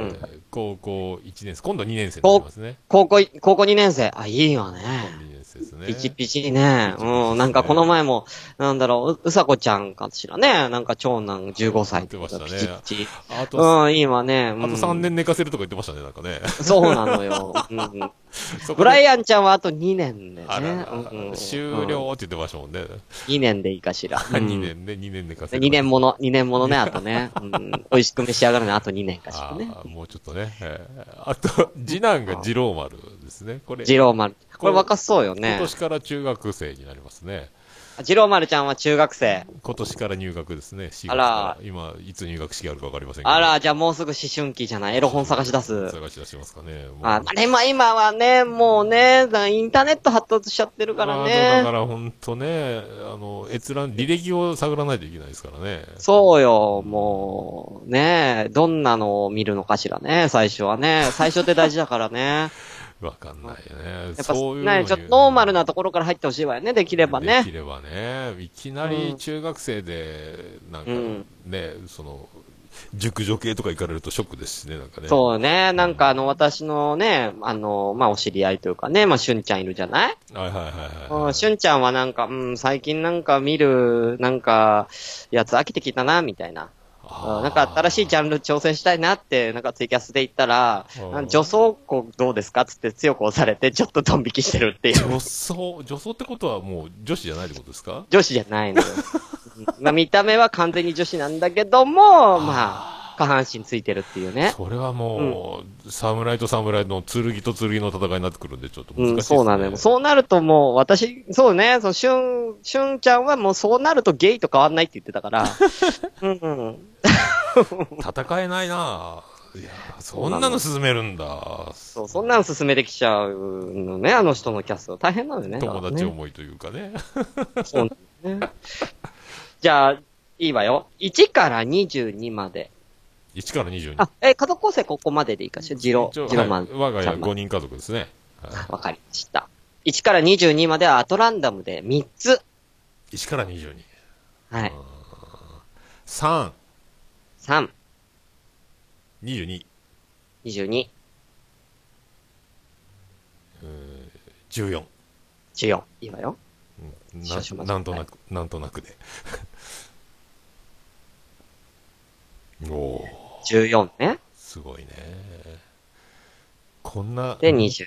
高校1年生。今度2年生になりますね。 高校2年生。いいわね。 2年生ですね。 ピチピチね。うん。なんかこの前も、なんだろう、うさこちゃんかしらね。なんか長男15歳言ってましたね。 ピチピチ。 あと、 うん、今ね。 あと3年寝かせるとか言ってましたね、なんかね。 そうなのよ。うん。 そこでブライアンちゃんはあと2年でね。 あららうん終了って言ってましたもんね。 2年でいいかしら。 2年ね、2年寝かせる。 2年ものね、あとね。うん。美味しく召し上がるのあと2年かしらね。 もうちょっとね。あと、次男が次郎丸ですね。これ。 次郎丸。これ若そうよね。 今年から中学生になりますね。 次郎丸ちゃんは中学生。 今年から入学ですね。4月あら。 今、いつ入学式あるかわかりませんけど。 あら、じゃあもうすぐ思春期じゃない。エロ本探し出す。 探し出しますかね。 今はね、もうね、インターネット発達しちゃってるからね。 だから本当ね、閲覧、履歴を探らないといけないですからね。 そうよ、もう、ね、どんなのを見るのかしらね、最初はね。最初って大事だからね。 わかんないよね。 やっぱそういうね、ちょっとノーマルなところから入ってほしいわよね、できればね。 できればね。いきなり中学生で、なんかね、熟女系とか行かれるとショックですしね、なんかね。 そうね、なんか私のね、お知り合いというかね、しゅんちゃんいるじゃない？ はいはいはいはい。 しゅんちゃんはなんか、最近なんか見る、なんか、やつ飽きてきたな、みたいな。なんか新しいジャンル挑戦したいなって、なんかツイキャスで言ったら、女装子どうですかつって強く押されて、ちょっとドン引きしてるっていう。 女装ってことはもう女子じゃないってことですか？ 女子じゃないのよ。見た目は完全に女子なんだけども、下半身ついてるっていうね。 それはもう、侍と侍の剣と剣の戦いになってくるんで、ちょっと難しいですね。 そうなのよ。そうなるともう、そうね、しゅんちゃんはもうそうなるとゲイと変わんないって言ってたから。 戦えないなぁ。いや、そんなの進めるんだ。 そう、そんなの進めてきちゃうのね、あの人のキャスト。大変なのよね。 友達思いというかね。 そうね。じゃあ、いいわよ。1から22まで。 1から22。 家族構成ここまででいいかしら。ジロマン。 我が家5人家族ですね。 わかりました。1から22まではアトランダムで3つ。 1から22。 はい。 3。 3。 22。 22。 14。 14。いいわよ。 なんとなくで。おー。 14ね。 すごいね。こんな。 で、20。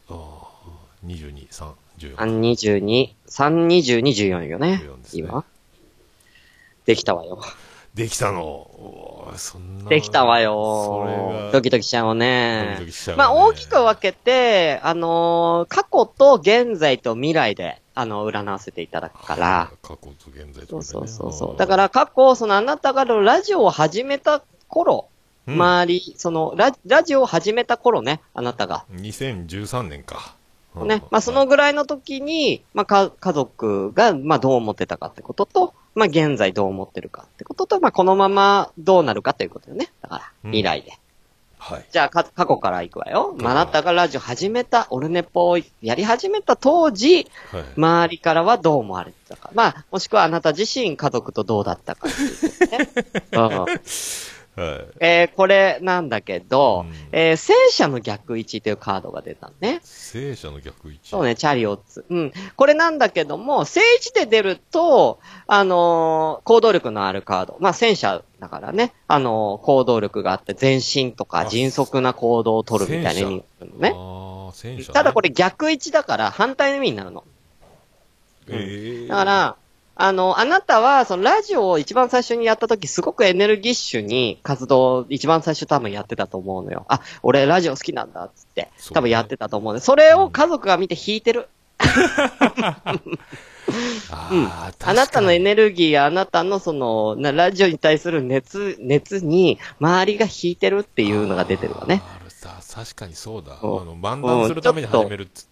22、3、14。 22、3、22、14よね。今。できたわよ。 できたの。そんな。 できたわよ。ドキドキしちゃうよね。大きく分けて、過去と現在と未来で、占わせていただくから。 過去と現在と、 ね。そう。だから過去、あなたがラジオを始めた頃、周り、ラジオを始めた頃ね、あなたが。 2013年か。 ね。そのぐらいの時に、家族が、どう思ってたかってことと、現在どう思ってるかってことと、このままどうなるかということよね。だから、未来で。 はい。 じゃあ、過去から行くわよ。あなたがラジオ始めた、オルネポをやり始めた当時、周りからはどう思われてたか。もしくはあなた自身家族とどうだったかっていうことね。これなんだけど、聖者の逆位置というカードが出たね。 聖者の逆位置そうね、チャリオッツ。これなんだけども、聖地で出ると、行動力のあるカード。戦車だからね、行動力があって前進とか迅速な行動を取るみたいな意味があるのね。ただこれ逆位置だから反対の意味になるの。だから、あなたは、ラジオを一番最初にやった時、すごくエネルギッシュに活動、一番最初多分やってたと思うのよ。俺ラジオ好きなんだ、つって。多分やってたと思うね。それを家族が見て引いてる。あなたのエネルギーやあなたのラジオに対する熱に、周りが引いてるっていうのが出てるわね。 確かにそうだ。漫談するために始めるっつって。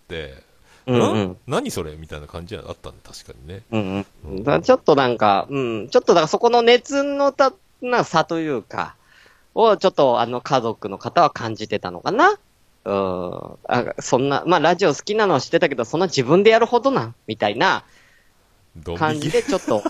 何それみたいな感じだったんで、確かにね。ちょっとなんか、ちょっとだからそこの熱の差というか、をちょっと家族の方は感じてたのかな。そんな、ラジオ好きなのは知ってたけど、そんな自分でやるほどな、みたいな感じでちょっと、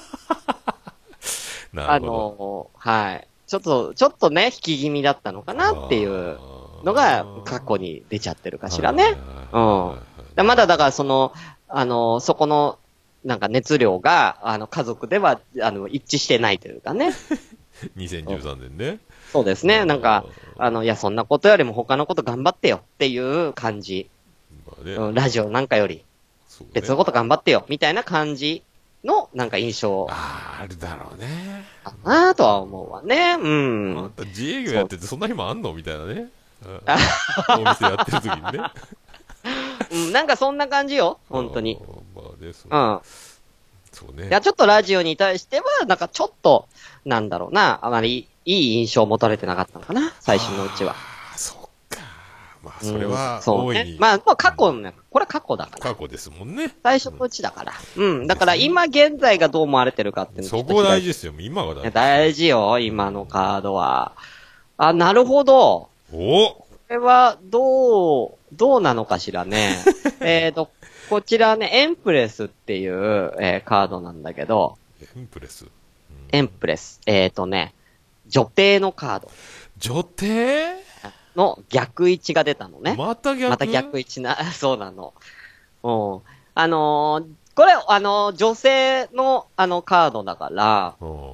はい。ちょっとね、引き気味だったのかなっていうのが過去に出ちゃってるかしらね。まだだからそこの、なんか熱量が、家族では、一致してないというかね。 2013年ね。 そうですね。なんか、いや、そんなことよりも他のこと頑張ってよっていう感じ。 まあね。 ラジオなんかより、 そうね別のこと頑張ってよ、みたいな感じの、なんか印象あるだろうね。 かなとは思うわね。うあんん。 た自営業やっててそんな暇あんのみたいなね。お店やってる時にね。 うん、なんかそんな感じよ。本当に。 まあね、 うん。 そうね。 いや、ちょっとラジオに対しては、なんかちょっと、なんだろうな、あまりいい印象を持たれてなかったのかな、最初のうちは。 そっか。まあ、それはそうね。 大いに。 まあ、もう過去ね、これは過去だから。 過去ですもんね。 最初のうちだから。うん。だから今現在がどう思われてるかっていうのそこ大事ですよ。今が大事。 大事よ、今のカードは。あ、なるほど。 おこれは、どうなのかしらね。こちらね、エンプレスっていう、カードなんだけど、 エンプレス。 エンプレス。女帝のカード女帝の逆位置が出たのね。 また逆位置な、そうなの。うん。これ、女性の、カードだから、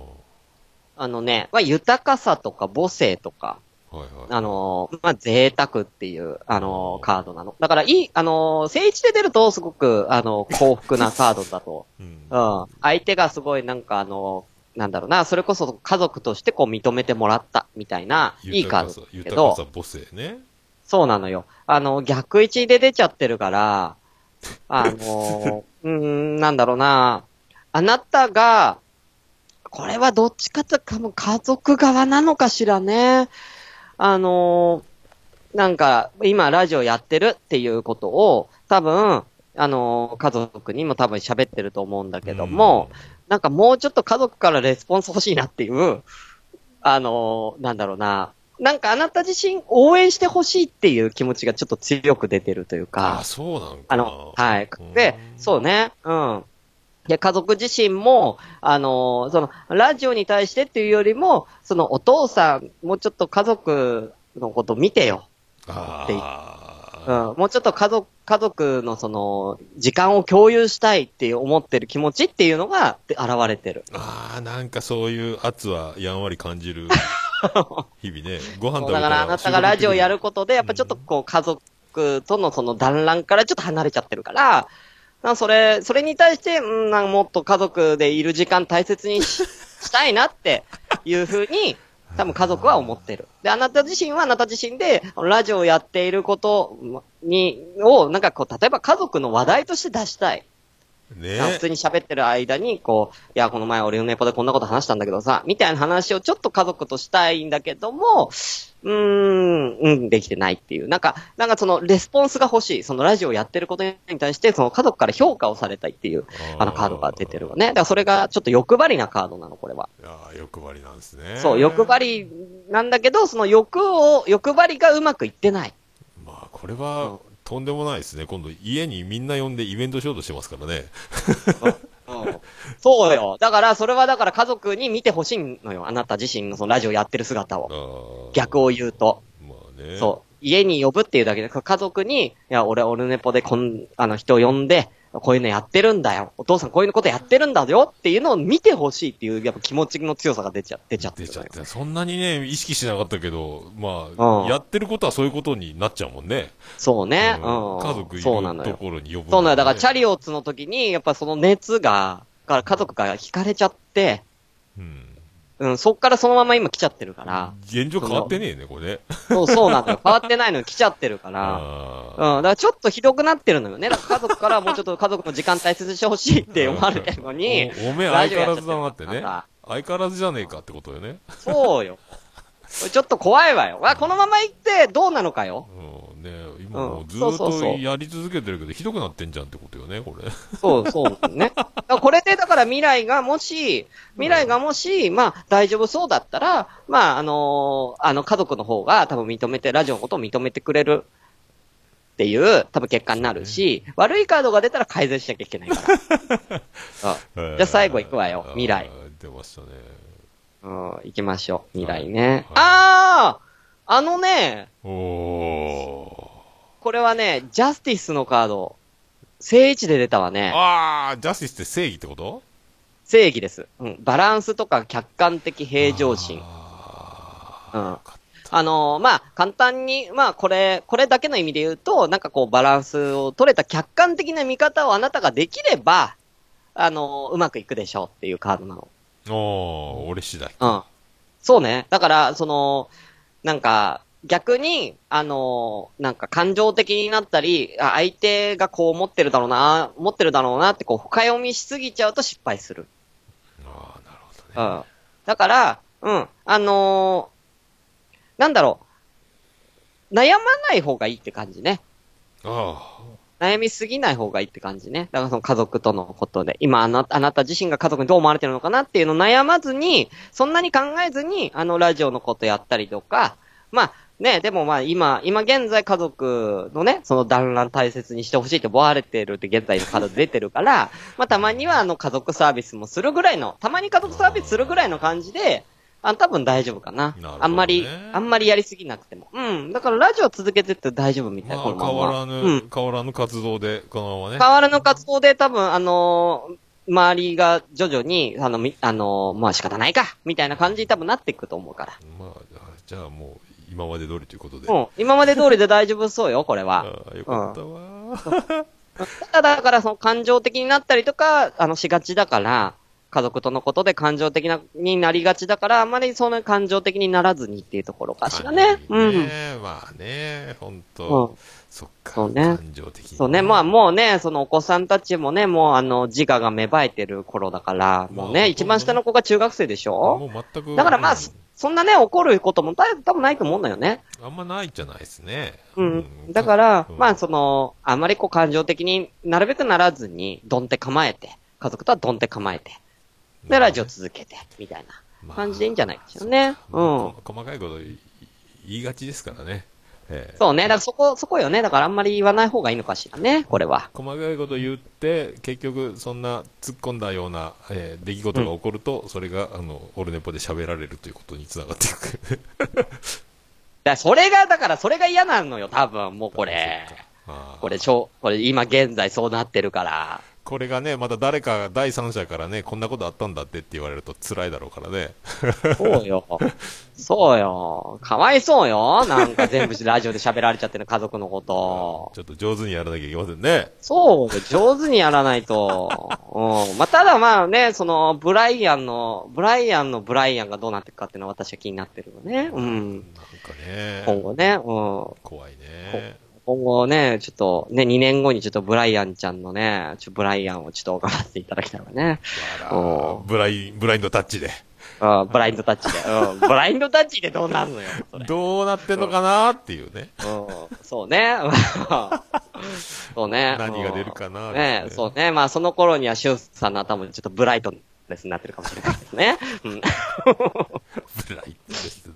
豊かさとか母性とか、贅沢っていう、カードなの。だから、正位置で出ると、すごく、幸福なカードだと。うん。相手がすごい、なんかなんだろうな、それこそ家族としてこう認めてもらった、みたいな、いいカードだけど。 豊かさ、母性ね。 そうなのよ。逆位置で出ちゃってるから、なんだろうな、あなたが、これはどっちかというと家族側なのかしらね。なんか、今ラジオやってるっていうことを、多分、家族にも多分喋ってると思うんだけども、なんかもうちょっと家族からレスポンス欲しいなっていう、なんだろうな、なんかあなた自身応援してほしいっていう気持ちがちょっと強く出てるというか。 そうなのかな。 はい。で、そうね、うん。で、家族自身も、ラジオに対してっていうよりも、お父さん、もうちょっと家族のこと見てよ。っていう。もうちょっと家族の時間を共有したいって思ってる気持ちっていうのが現れてる。 なんかそういう圧はやんわり感じる。日々ね、ご飯食べたら。 だからあなたがラジオやることで、やっぱちょっとこう家族とのその団らんからちょっと離れちゃってるから、それに対して、なんかもっと家族でいる時間大切にしたいなっていうふうに、多分家族は思ってる。で、あなた自身はあなた自身で、ラジオをやっていることを、なんかこう、例えば家族の話題として出したい。ね、普通に喋ってる間に、こう、いや、この前俺のネポでこんなこと話したんだけどさ、みたいな話をちょっと家族としたいんだけども、できてないっていう。なんかそのレスポンスが欲しい。そのラジオをやってることに対して、その家族から評価をされたいっていう、カードが出てるわね。だからそれがちょっと欲張りなカードなの、これは。 いや欲張りなんですね。 そう、欲張りなんだけど、その欲張りがうまくいってない。 まあ、これは、とんでもないですね。今度家にみんな呼んでイベントしようとしてますからね。 そうよ。だから、それはだから家族に見てほしいのよ。あなた自身のそのラジオやってる姿を。逆を言うと。 まあね。 そう。家に呼ぶっていうだけで、家族に、いや、俺、オルネポで人を呼んで、こういうのやってるんだよ。お父さんこういうことやってるんだよっていうのを見てほしいっていう、やっぱ気持ちの強さが出ちゃってる。 そんなにね、意識しなかったけど、まあ、やってることはそういうことになっちゃうもんね。 そうね。 家族いるところに呼ぶ。 そうなのよ。だから、チャリオッツの時に、やっぱその熱が、家族が惹かれちゃって、そっからそのまま今来ちゃってるから。 現状変わってねえね、これ。 そうなのよ。変わってないのに来ちゃってるから。だからちょっとひどくなってるのよね。だから家族からもうちょっと家族の時間大切にしてほしいって思われてるのに。 おめえ相変わらずだなってね。相変わらずじゃねえかってことよね。 そうよ。ちょっと怖いわよ。このまま行ってどうなのかよ。 今もうずっとやり続けてるけど、ひどくなってんじゃんってことよね、これ。 そうね。これでだから未来がもし、まあ大丈夫そうだったら、まあ家族の方が多分ラジオのことを認めてくれるっていう多分結果になるし、悪いカードが出たら改善しなきゃいけないから。じゃあ最後行くわよ、未来。 出ましたね。 行きましょう、未来ね。これはね、ジャスティスのカード。 正位置で出たわね。 あー、ジャスティスって正義ってこと？ 正義です。うん。バランスとか客観的平常心。うん。まあ、簡単に、まあ、これだけの意味で言うと、なんかこう、バランスを取れた客観的な見方をあなたができれば、うまくいくでしょうっていうカードなの。 俺次第。 うん。そうね。だから、なんか、逆に、なんか感情的になったり、相手がこう思ってるだろうなってこう深読みしすぎちゃうと失敗する。 なるほどね。 うん。だから、うん、なんだろう。悩まない方がいいって感じね。悩みすぎない方がいいって感じね。だからその家族とのことで、今あなた自身が家族にどう思われてるのかなっていうのを悩まずに、そんなに考えずに、ラジオのことやったりとか、まあ、ね、でもまあ今現在家族のね、その団らん大切にしてほしいって思われてるって現在のカードで出てるから、まあたまには家族サービスもするぐらいの、たまに家族サービスするぐらいの感じで、多分大丈夫かな。 なるほどね。 あんまりやりすぎなくても。うん。だからラジオ続けてって大丈夫みたいな、 まあ、 このまま。 変わらぬ活動で、このままね。 変わらぬ活動で多分、周りが徐々に、まあ仕方ないか、みたいな感じに多分なっていくと思うから。 まあ、じゃあもう、今まで通りということで。 うん。今まで通りで大丈夫そうよ、これは。 ああ、よかったわ。 だから、その感情的になったりとか、しがちだから、家族とのことで感情的になりがちだから、あんまりその感情的にならずにっていうところかしらね。うん。 まあね、ほんと。そっか。 そうね。 感情的に。 そうね。まあもうね、そのお子さんたちもね、もう自我が芽生えてる頃だから、もうね、一番下の子が中学生でしょ？ もう全く。 だからまあ、そんなね、怒ることも多分ないと思うんだよね。 あんまないじゃないですね。 うん。だから、まああんまりこう感情的になるべくならずに、どんて構えて、家族とはどんて構えて、で、ラジオ続けて、みたいな感じでいいんじゃないかしらね。うん。 細かいこと言いがちですからね。 そうね。だからそこよね。だからあんまり言わない方がいいのかしらね、これは。 細かいこと言って、結局そんな突っ込んだような、出来事が起こると、それが、オルネポで喋られるということにつながっていく。 それが嫌なのよ、多分、もうこれ。これ今現在そうなってるから。 これがね、また誰か第三者からね、こんなことあったんだってって言われると辛いだろうからね。 そうよ。そうよ。かわいそうよ。なんか全部ラジオで喋られちゃってる家族のこと。 ちょっと上手にやらなきゃいけませんね。 そう、上手にやらないと。うん。まあ、ただまあね、その、ブライアンがどうなっていくかっていうのは私は気になってるよね。うん。 なんかね。 今後ね。うん。 怖いね。 今後ね、ちょっとね、2年後にちょっとブライアンちゃんのね、ブライアンをちょっと頑張っていただきたいわね。 ブラインドタッチで。 ブラインドタッチで。ブラインドタッチでどうなるのよ。 どうなってんのかなっていうね。 そうね。そうね。 何が出るかなね。そうね。まあその頃にはシュンさんの頭もちょっとブライトネスになってるかもしれないですね。ブライトネス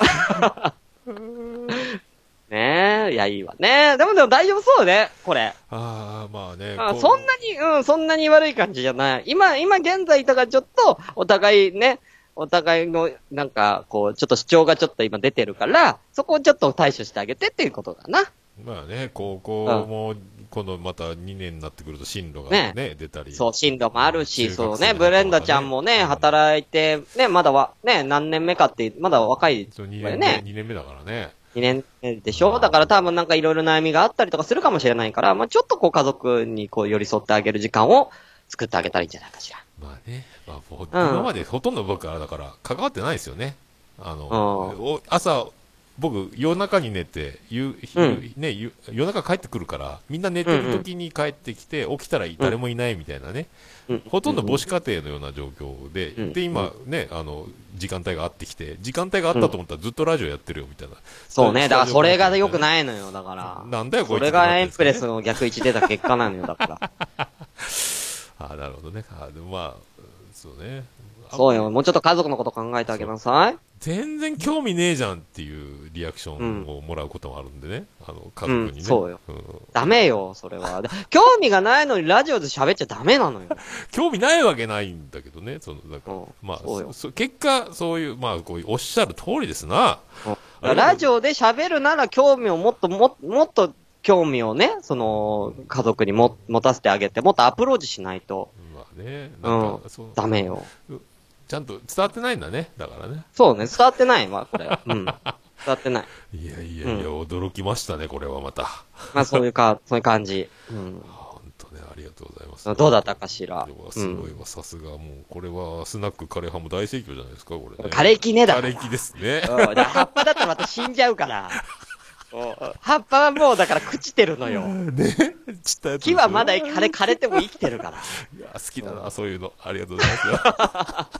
ねえ、いや、いいわね。でも大丈夫そうね、これ。 まあね。 そんなに悪い感じじゃない。今現在だからちょっと、お互いの、なんか、こう、ちょっと主張がちょっと今出てるから、そこをちょっと対処してあげてっていうことだな。 まあね、高校も、今度また2年になってくると進路がね、出たり。 そう、進路もあるし、そうね、ブレンダちゃんもね、働いて、ね、まだ何年目かって、まだ若い。 そう、2年目だからね。 2年目でしょ？だから多分なんかいろいろ悩みがあったりとかするかもしれないから、まあちょっとこう家族にこう寄り添ってあげる時間を作ってあげたらいいんじゃないかしら。 まあね、今までほとんど僕はだから関わってないですよね。朝、僕夜中に寝て、夜中帰ってくるから、みんな寝てる時に帰ってきて、起きたら誰もいないみたいなね。ほとんど母子家庭のような状況で、で、今ね、時間帯があってきて、時間帯があったと思ったらずっとラジオやってるよみたいな。 そうね、だからそれが良くないのよ、だから。 なんだよ、こいつ。 それがエンプレスの逆位置出た結果なのよ、だから。 なるほどね。でもまあ、そうね。 そうよ、もうちょっと家族のこと考えてあげなさい。 全然興味ねえじゃんっていうリアクションをもらうこともあるんでね。家族にね。 そうよ。ダメよ、それは。興味がないのにラジオで喋っちゃダメなのよ。 興味ないわけないんだけどね。まあ、結果、そういう、まあ、こうおっしゃる通りですな。 ラジオで喋るなら興味をもっと興味をね、その、家族に持たせてあげて、もっとアプローチしないと。 まあね、 なんか、ダメよ。 ちゃんと伝わってないんだね、だからね。 そうね、伝わってないわ、これ。うん。伝わってない。 いやいやいや、驚きましたね、これはまた。 まあそういう感じ。うん。 本当ね、ありがとうございます。 どうだったかしら。 すごいわ、さすがもう、これはスナックカレー派も大盛況じゃないですか、これね。 枯れ木ねだから。 枯れ木ですね。 葉っぱだったらまた死んじゃうから。葉っぱはもうだから朽ちてるのよ。 ね、ちったやつ。 木はまだ枯れても生きてるから。 いや、好きだな、そういうの。ありがとうございます。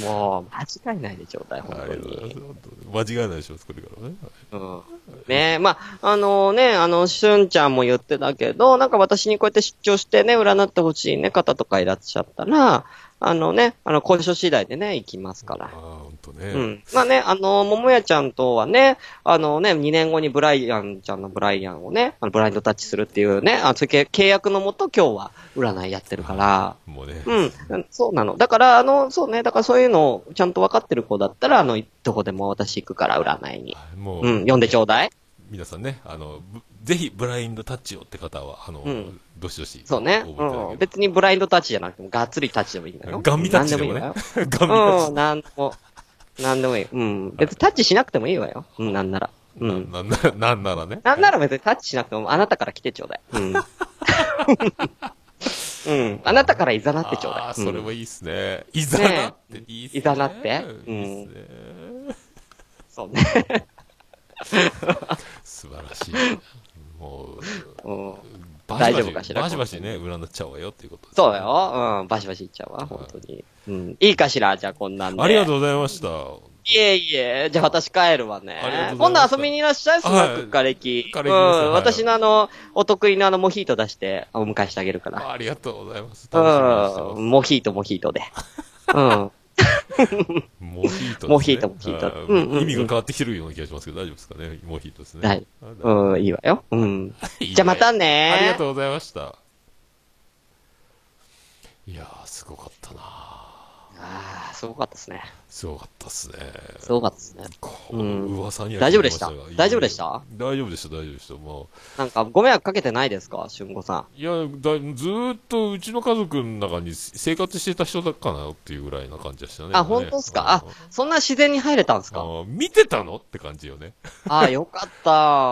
もう、間違いないでちょうだい、本当に。 間違いないでしょ、これからね。 うん。ねまあ、しゅんちゃんも言ってたけど、なんか私にこうやって出張してね、占ってほしいね、方とかいらっしゃったら、交渉次第でね、行きますから。 ああ、ほんとね。 うん。まあね、桃屋ちゃんとはね、2年後にブライアンちゃんのブライアンをね、ブラインドタッチするっていうね、そういう契約のもと今日は占いやってるから。 もうね。 うん。そうなの。だから、そうね、だからそういうのをちゃんと分かってる子だったら、どこでも私行くから占いに。 もう。 うん、呼んでちょうだい。 皆さんね、ぜひブラインドタッチをって方は、どしどし。 そうね。うん。別にブラインドタッチじゃなくても、がっつりタッチでもいいんだよ。 ガン見タッチでもね。 ガン見タッチ。うん、なんでもいい。うん。別にタッチしなくてもいいわよ。うん、なんなら。うん。 なんならね。 なんなら別にタッチしなくても、あなたから来てちょうだい。うん。うん。あなたからいざなってちょうだい。 ああ、それもいいっすね。いざなっていいっすね。 いざなって。うん。そうね。 素晴らしい。もう、 大丈夫かしら。 バシバシね、占っちゃおうよっていうことです。 そうよ。うん、バシバシいっちゃうわ、本当に。うん。いいかしら、じゃあこんなんで。 ありがとうございました。 いえいえ、じゃあ私帰るわね。今度遊びにいらっしゃい、スナックカレキ。うん、私のお得意のモヒート出して、お迎えしてあげるから。 ありがとうございます。 うん、モヒートで。うん。 モヒート。 モヒート。 意味が変わってきてるような気がしますけど、大丈夫ですかね、モヒートですね。 はい。うん、いいわよ。うん。じゃあまたね。 ありがとうございました。いやー、すごかったなああ、すごかったですね。 すごかったっすね。 すごかったですね。 噂には大丈夫でした大丈夫でした大丈夫でした、大丈夫でした。もう。なんか、ご迷惑かけてないですか俊吾さん。いや、ずーっとうちの家族の中に生活してた人だかなっていうぐらいな感じでしたね。 あ、本当ですかあ、そんな自然に入れたんですか見てたのって感じよね。 あ、よかった。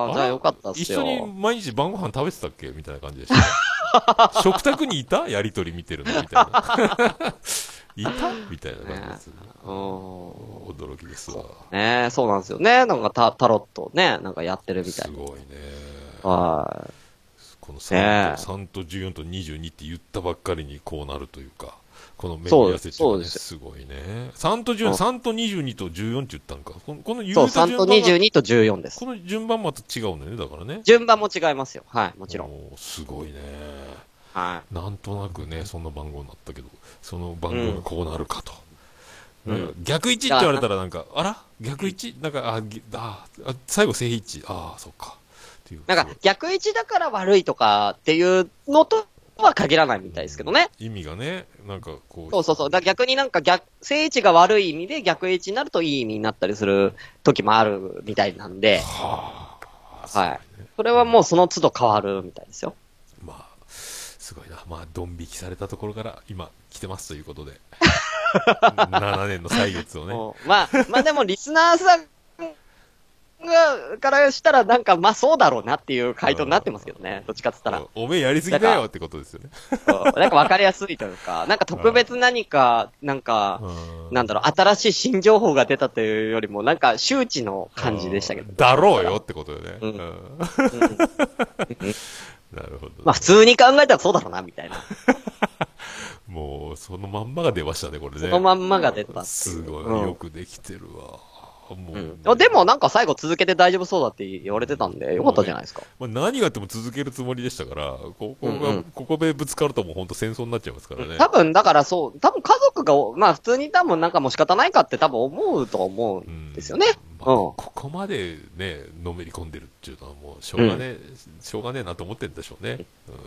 じゃあよかったっすよ。 一緒に毎日晩ご飯食べてたっけみたいな感じでした。食卓にいたやりとり見てるのみたいな。いたみたいな感じです。驚きですわ。 ねそうなんですよね。なんかタロットね、なんかやってるみたいすごいね。 はい。 この3と14と22って言ったばっかりにこうなるというか、この目に痩せてるね。すごいね。3と22と14って言ったんか。この言うと 3と22と14です。 この順番また違うんだよね、だからね。 順番も違いますよ。はい、もちろん。 すごいね。 はい。 なんとなくね、そんな番号になったけど、その番号がこうなるかと。逆位置って言われたらなんか、あら逆位置なんか、最後正位置。ああ、そっか。 なんか逆位置だから悪いとかっていうのとは限らないみたいですけどね。 意味がね、なんかこう。そう。逆になんか正位置が悪い意味で逆位置になるといい意味になったりする時もあるみたいなんで。はい。それはもうその都度変わるみたいですよ。 まあ、すごいな。まあ、ドン引きされたところから今来てますということで。7年の歳月をね。 まあでもリスナーさんからしたらなんかまあそうだろうなっていう回答になってますけどね。どっちかって言ったら。 おめえやりすぎだよってことですよね。 なんか分かりやすいというか、なんか特別何か、なんか、なんだろう、新しい新情報が出たというよりも、なんか周知の感じでしたけど。 だろうよってことよね。なるほど。 まあ普通に考えたらそうだろうな、みたいな。 もう、そのまんまが出ましたね、これね。 そのまんまが出た。 すごい、よくできてるわ。 でもなんか最後続けて大丈夫そうだって言われてたんで、よかったじゃないですか。 まあ、何があっても続けるつもりでしたから、ここでぶつかるともう本当戦争になっちゃいますからね。 多分、だから多分家族が、まあ普通に多分なんかもう仕方ないかって多分思うと思うんですよね。 ここまでね、のめり込んでるっていうのはもうしょうがねえなと思ってるんでしょうね。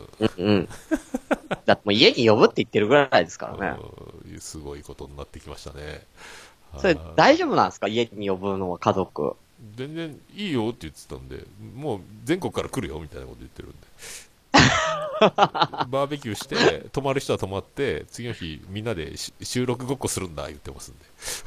だってもう家に呼ぶって言ってるぐらいですからね。 すごいことになってきましたね。 それ大丈夫なんですか家に呼ぶのは家族。 全然いいよって言ってたんで、もう全国から来るよみたいなこと言ってるんで。バーベキューして、泊まる人は泊まって、次の日みんなで収録ごっこするんだ言ってますんで。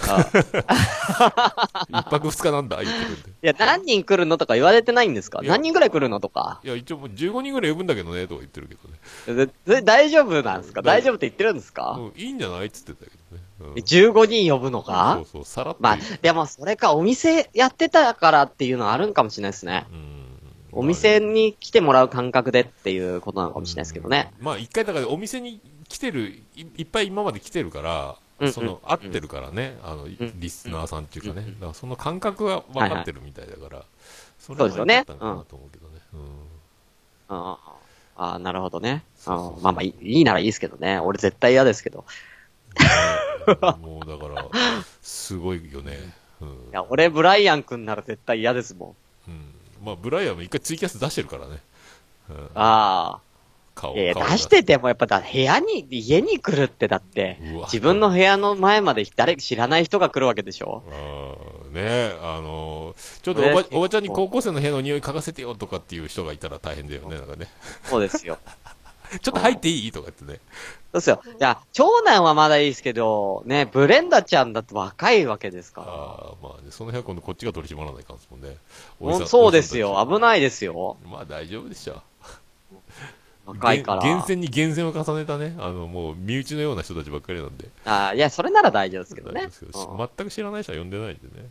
一泊二日なんだ言ってるんで。 いや、何人来るのとか言われてないんですか？ いや何人ぐらい来るのとか。 いや、一応もう15人ぐらい呼ぶんだけどね、とか言ってるけどね。 それ大丈夫なんですか？大丈夫って言ってるんですか？ いいんじゃないっつってたけどね。 15人呼ぶのか？ そうそう、さらっとまあ、でもそれかお店やってたからっていうのはあるんかもしれないですね。お店に来てもらう感覚でっていうことなのかもしれないですけどね。 まあ一回だからお店に来てる、いっぱい今まで来てるから、合ってるからね、リスナーさんっていうかね、だからその感覚は分かってるみたいだから、それは良かったのかなと思うけどね。 ああ、なるほどね。まあまあいいならいいですけどね。俺絶対嫌ですけど。 もうだから、すごいよね。 いや、俺ブライアン君なら絶対嫌ですもん。 まあ、ブライアンも一回ツイキャス出してるからね。 ああ。 顔出しててもやっぱ家に来るってだって、自分の部屋の前まで知らない人が来るわけでしょ？ ねちょっとおばちゃんに高校生の部屋の匂い嗅がせてよとかっていう人がいたら大変だよね、なんかね。 そうですよ。 ちょっと入っていいとか言ってね。 そうですよ。いや、長男はまだいいですけど、ね、ブレンダちゃんだって若いわけですから。 まあね、その辺は今度こっちが取り締まらないかんですもんね。 そうですよ。危ないですよ。 まあ大丈夫でしょ。 若いから。 厳選に厳選を重ねたね、もう身内のような人たちばっかりなんで。 いや、それなら大丈夫ですけどね。 全く知らない人は呼んでないんでね。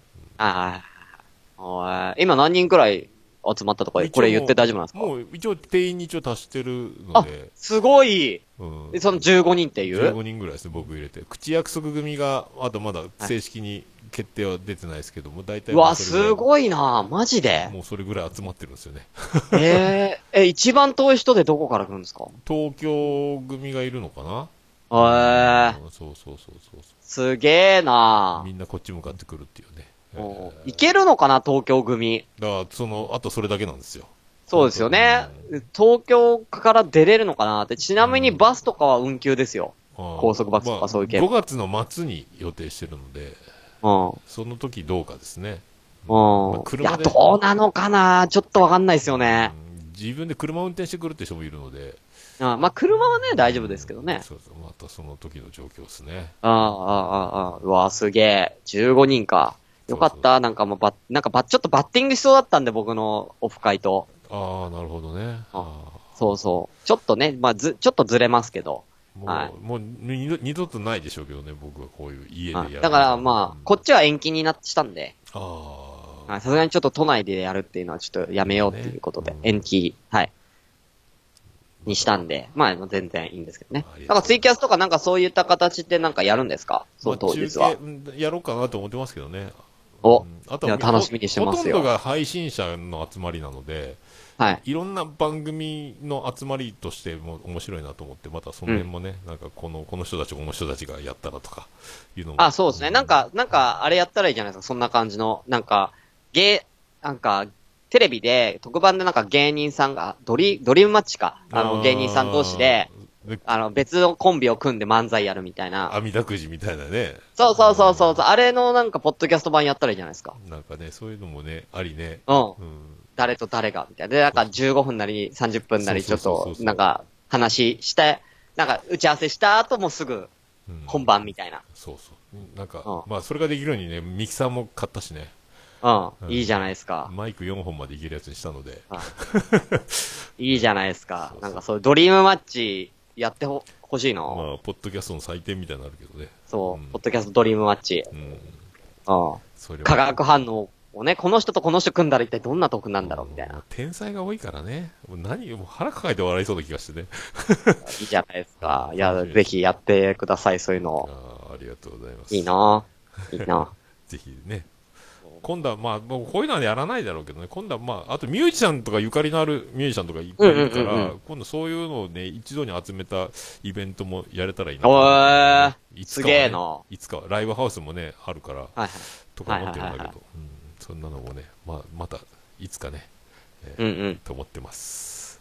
今何人くらい集まったとか、これ言って大丈夫なんですか？ もう一応定員に一応足してるので。 すごい。その15人っていう ?15 人ぐらいですね、僕入れて。口約束組が、あとまだ正式に決定は出てないですけども、大体。 うわ、すごいなマジで。 もうそれぐらい集まってるんですよね。 一番遠い人でどこから来るんですか？ 東京組がいるのかな？そう。 すげえなみんなこっち向かってくるっていうね。 いけるのかな東京組。 だから、あとそれだけなんですよ。 そうですよね。東京から出れるのかなって。ちなみにバスとかは運休ですよ。高速バスとかそういう系。 5月の末に予定してるので、その時どうかですね。 いや、どうなのかなちょっとわかんないですよね。 自分で車運転してくるって人もいるので。 まあ、車はね、大丈夫ですけどね。 そうそう。またその時の状況ですね。 うわ、すげえ。15人か。よかった。なんかもうちょっとバッティングしそうだったんで、僕のオフ会と。 なるほどね。 そうそう。ちょっとね、ちょっとずれますけど。 もう二度とないでしょうけどね、僕はこういう家でやる。 だからこっちは延期にしたんで。さすがにちょっと都内でやるっていうのはちょっとやめようっていうことで、延期、にしたんで、全然いいんですけどね。だからツイキャスとかなんかそういった形ってなんかやるんですか？そう当日は。 やろうかなと思ってますけどね。 あとは楽しみにしてますよ。 ほとんどが配信者の集まりなので、いろんな番組の集まりとしても面白いなと思って、またその辺もね、なんかこの人たちがやったらとかいうのも。 そうですね。なんかあれやったらいいじゃないですか。そんな感じの、テレビで、特番で芸人さんが、ドリームマッチか。芸人さん同士で、別のコンビを組んで漫才やるみたいな。 網だくじみたいなね。 そう。あれのポッドキャスト版やったらいいじゃないですか。 なんかね、そういうのもね、ありね。 誰と誰が、みたいな。で、15分なり30分なりちょっと、話して、打ち合わせした後もすぐ、本番みたいな。 そう。それができるようにね、ミキサーも買ったしね。 いいじゃないですか。 マイク4本までいけるやつにしたので。 いいじゃないですか。そういうドリームマッチやってほしいな。 ポッドキャストの祭典みたいになるけどね。 そう、ポッドキャストドリームマッチ。化学反応をね、この人とこの人組んだら一体どんなトークなんだろうみたいな。 天才が多いからね。もう腹抱えて笑いそうな気がしてね。 いいじゃないですか。いや、ぜひやってください、そういうの。 ありがとうございます。 いいなぜひね。今度はもうこういうのはやらないだろうけどね、今度はあとミュージシャンとかゆかりのあるミュージシャンとかいっぱいいるから、今度そういうのをね、一度に集めたイベントもやれたらいいな。 すげえな。 いつかはライブハウスもね、あるから、とか思ってるんだけど、そんなのもね、またいつかね、と思ってます。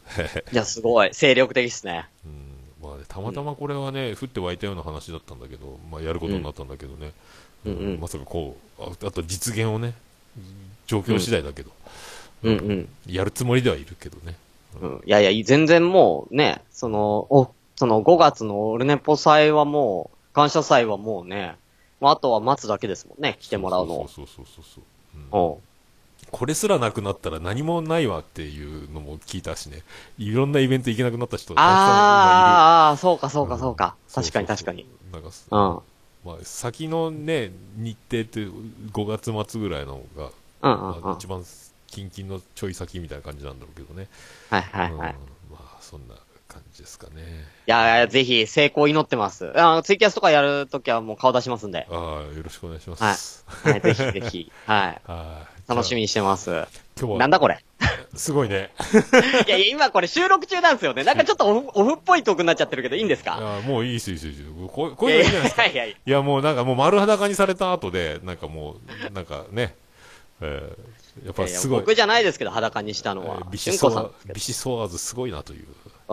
いや、すごい。精力的ですね。 たまたまこれはね、降って湧いたような話だったんだけど、やることになったんだけどね。まさかあと実現をね、 状況次第だけど、 うんうん。 やるつもりではいるけどね。 うん。いやいや、全然もうね、その5月のオルネポ祭はもう、感謝祭はもうね、あとは待つだけですもんね、来てもらうのを。 そうそうそうそう、 うん。 これすらなくなったら何もないわっていうのも聞いたしね、いろんなイベント行けなくなった人がたくさんああ、そうかそう今いる。 かそうか。確かにそうそうそう確かに。 なんか、 うん。うんまあ、先のね、日程って5月末ぐらいのが、 うんうん。 まあ、一番近々のちょい先みたいな感じなんだろうけどね。 はいはいはい。 まあ、そんな感じですかね。 いやいや、ぜひ成功祈ってます。ツイキャスとかやるときはもう顔出しますんで。 ああ、よろしくお願いしまはい。 す。 はい、ぜひぜひ。はい。 はい。 楽しみにしてます。 今日は、 なんだこれ。 すごいね。 いやいや、今これ収録中なんですよね。なんかちょっとオフっぽいトークになっちゃってるけど、いいんですか？ ああ、もういいですよ、いいですよ。こういうのいいじゃないですか。 いやいや。 いや、もうなんかもう丸裸にされた後で、なんかもう、なんかね、やっぱすごい。 僕じゃないですけど、裸にしたのは。 ビしゅんこさんですけど。 シソワーズすごいなという。 うん。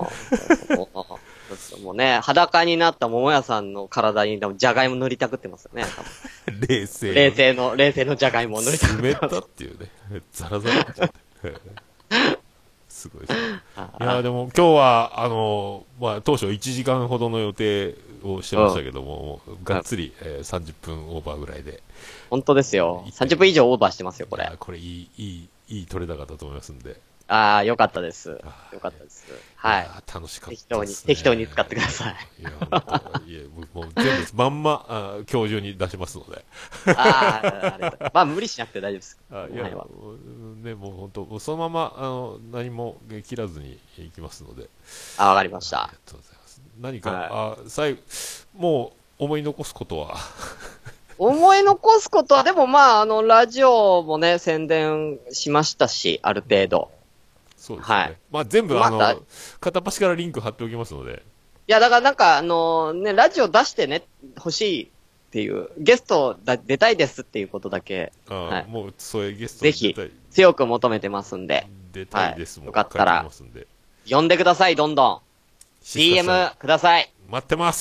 もうね、裸になった桃屋さんの体にでもじゃがいも塗りたくってますよね。 冷静。 冷静のじゃがいもを塗りたくってます。 冷たっていうね。ザラザラってすごいです。いや、でも今日は、まあ、当初1時間ほどの予定をしてましたけども、がっつり、30分オーバーぐらいで。 本当ですよ。30分以上オーバーしてますよ、これ。 これいい取れ高だと思いますんで。 ああ、よかったです。よかったです。はい。 楽しかったです、ね。 適当に使ってください。 いや、もう全部まんま、今日中に出しますので。 まあ、無理しなくて大丈夫です。 いや、ね、もう本当、そのまま、何も切らずにいきますので。 わかりました。 ありがとうございます。何か、最後、もう思い残すことは思い残すことは、でもまあ、ラジオもね、宣伝しましたし、ある程度。 そうですね。はい、まあ全部片っ端からリンク貼っておきますので。 いや、だからなんかね、ラジオ出してね、欲しいっていう、ゲスト出たいですっていうことだけ。 はい、もうそういうゲストぜひ、強く求めてますんで。 出たいですもん、 よかったら、呼んでください、どんどん。DM ください。 待ってます。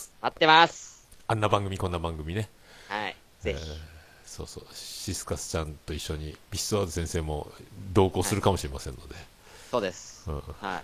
待ってます。 あんな番組、こんな番組ね。 はい、ぜひ。 そうそう、シスカスちゃんと一緒に、ビスワーズ先生も同行するかもしれませんので。 そうです。はい。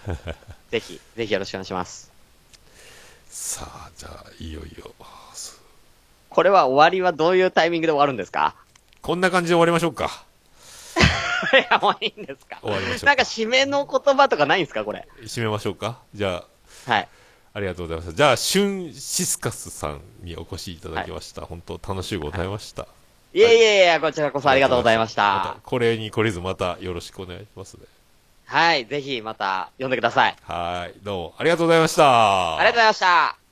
ぜひよろしくお願いします。 さあ、じゃあ、いよいよ。 これは終わりはどういうタイミングで終わるんですか？ こんな感じで終わりましょうか。 いや、もういいんですか？ 終わりましょう。 なんか締めの言葉とかないんですか、これ。 締めましょうか。じゃあ。 はい。 ありがとうございました。じゃあ、シュンシスカスさんにお越しいただきました。本当楽しゅうございました。 いや、こちらこそありがとうございました。 また、これに懲りずまたよろしくお願いしますね。 はい、ぜひまた呼んでください。 はい、どうもありがとうございました。 ありがとうございました。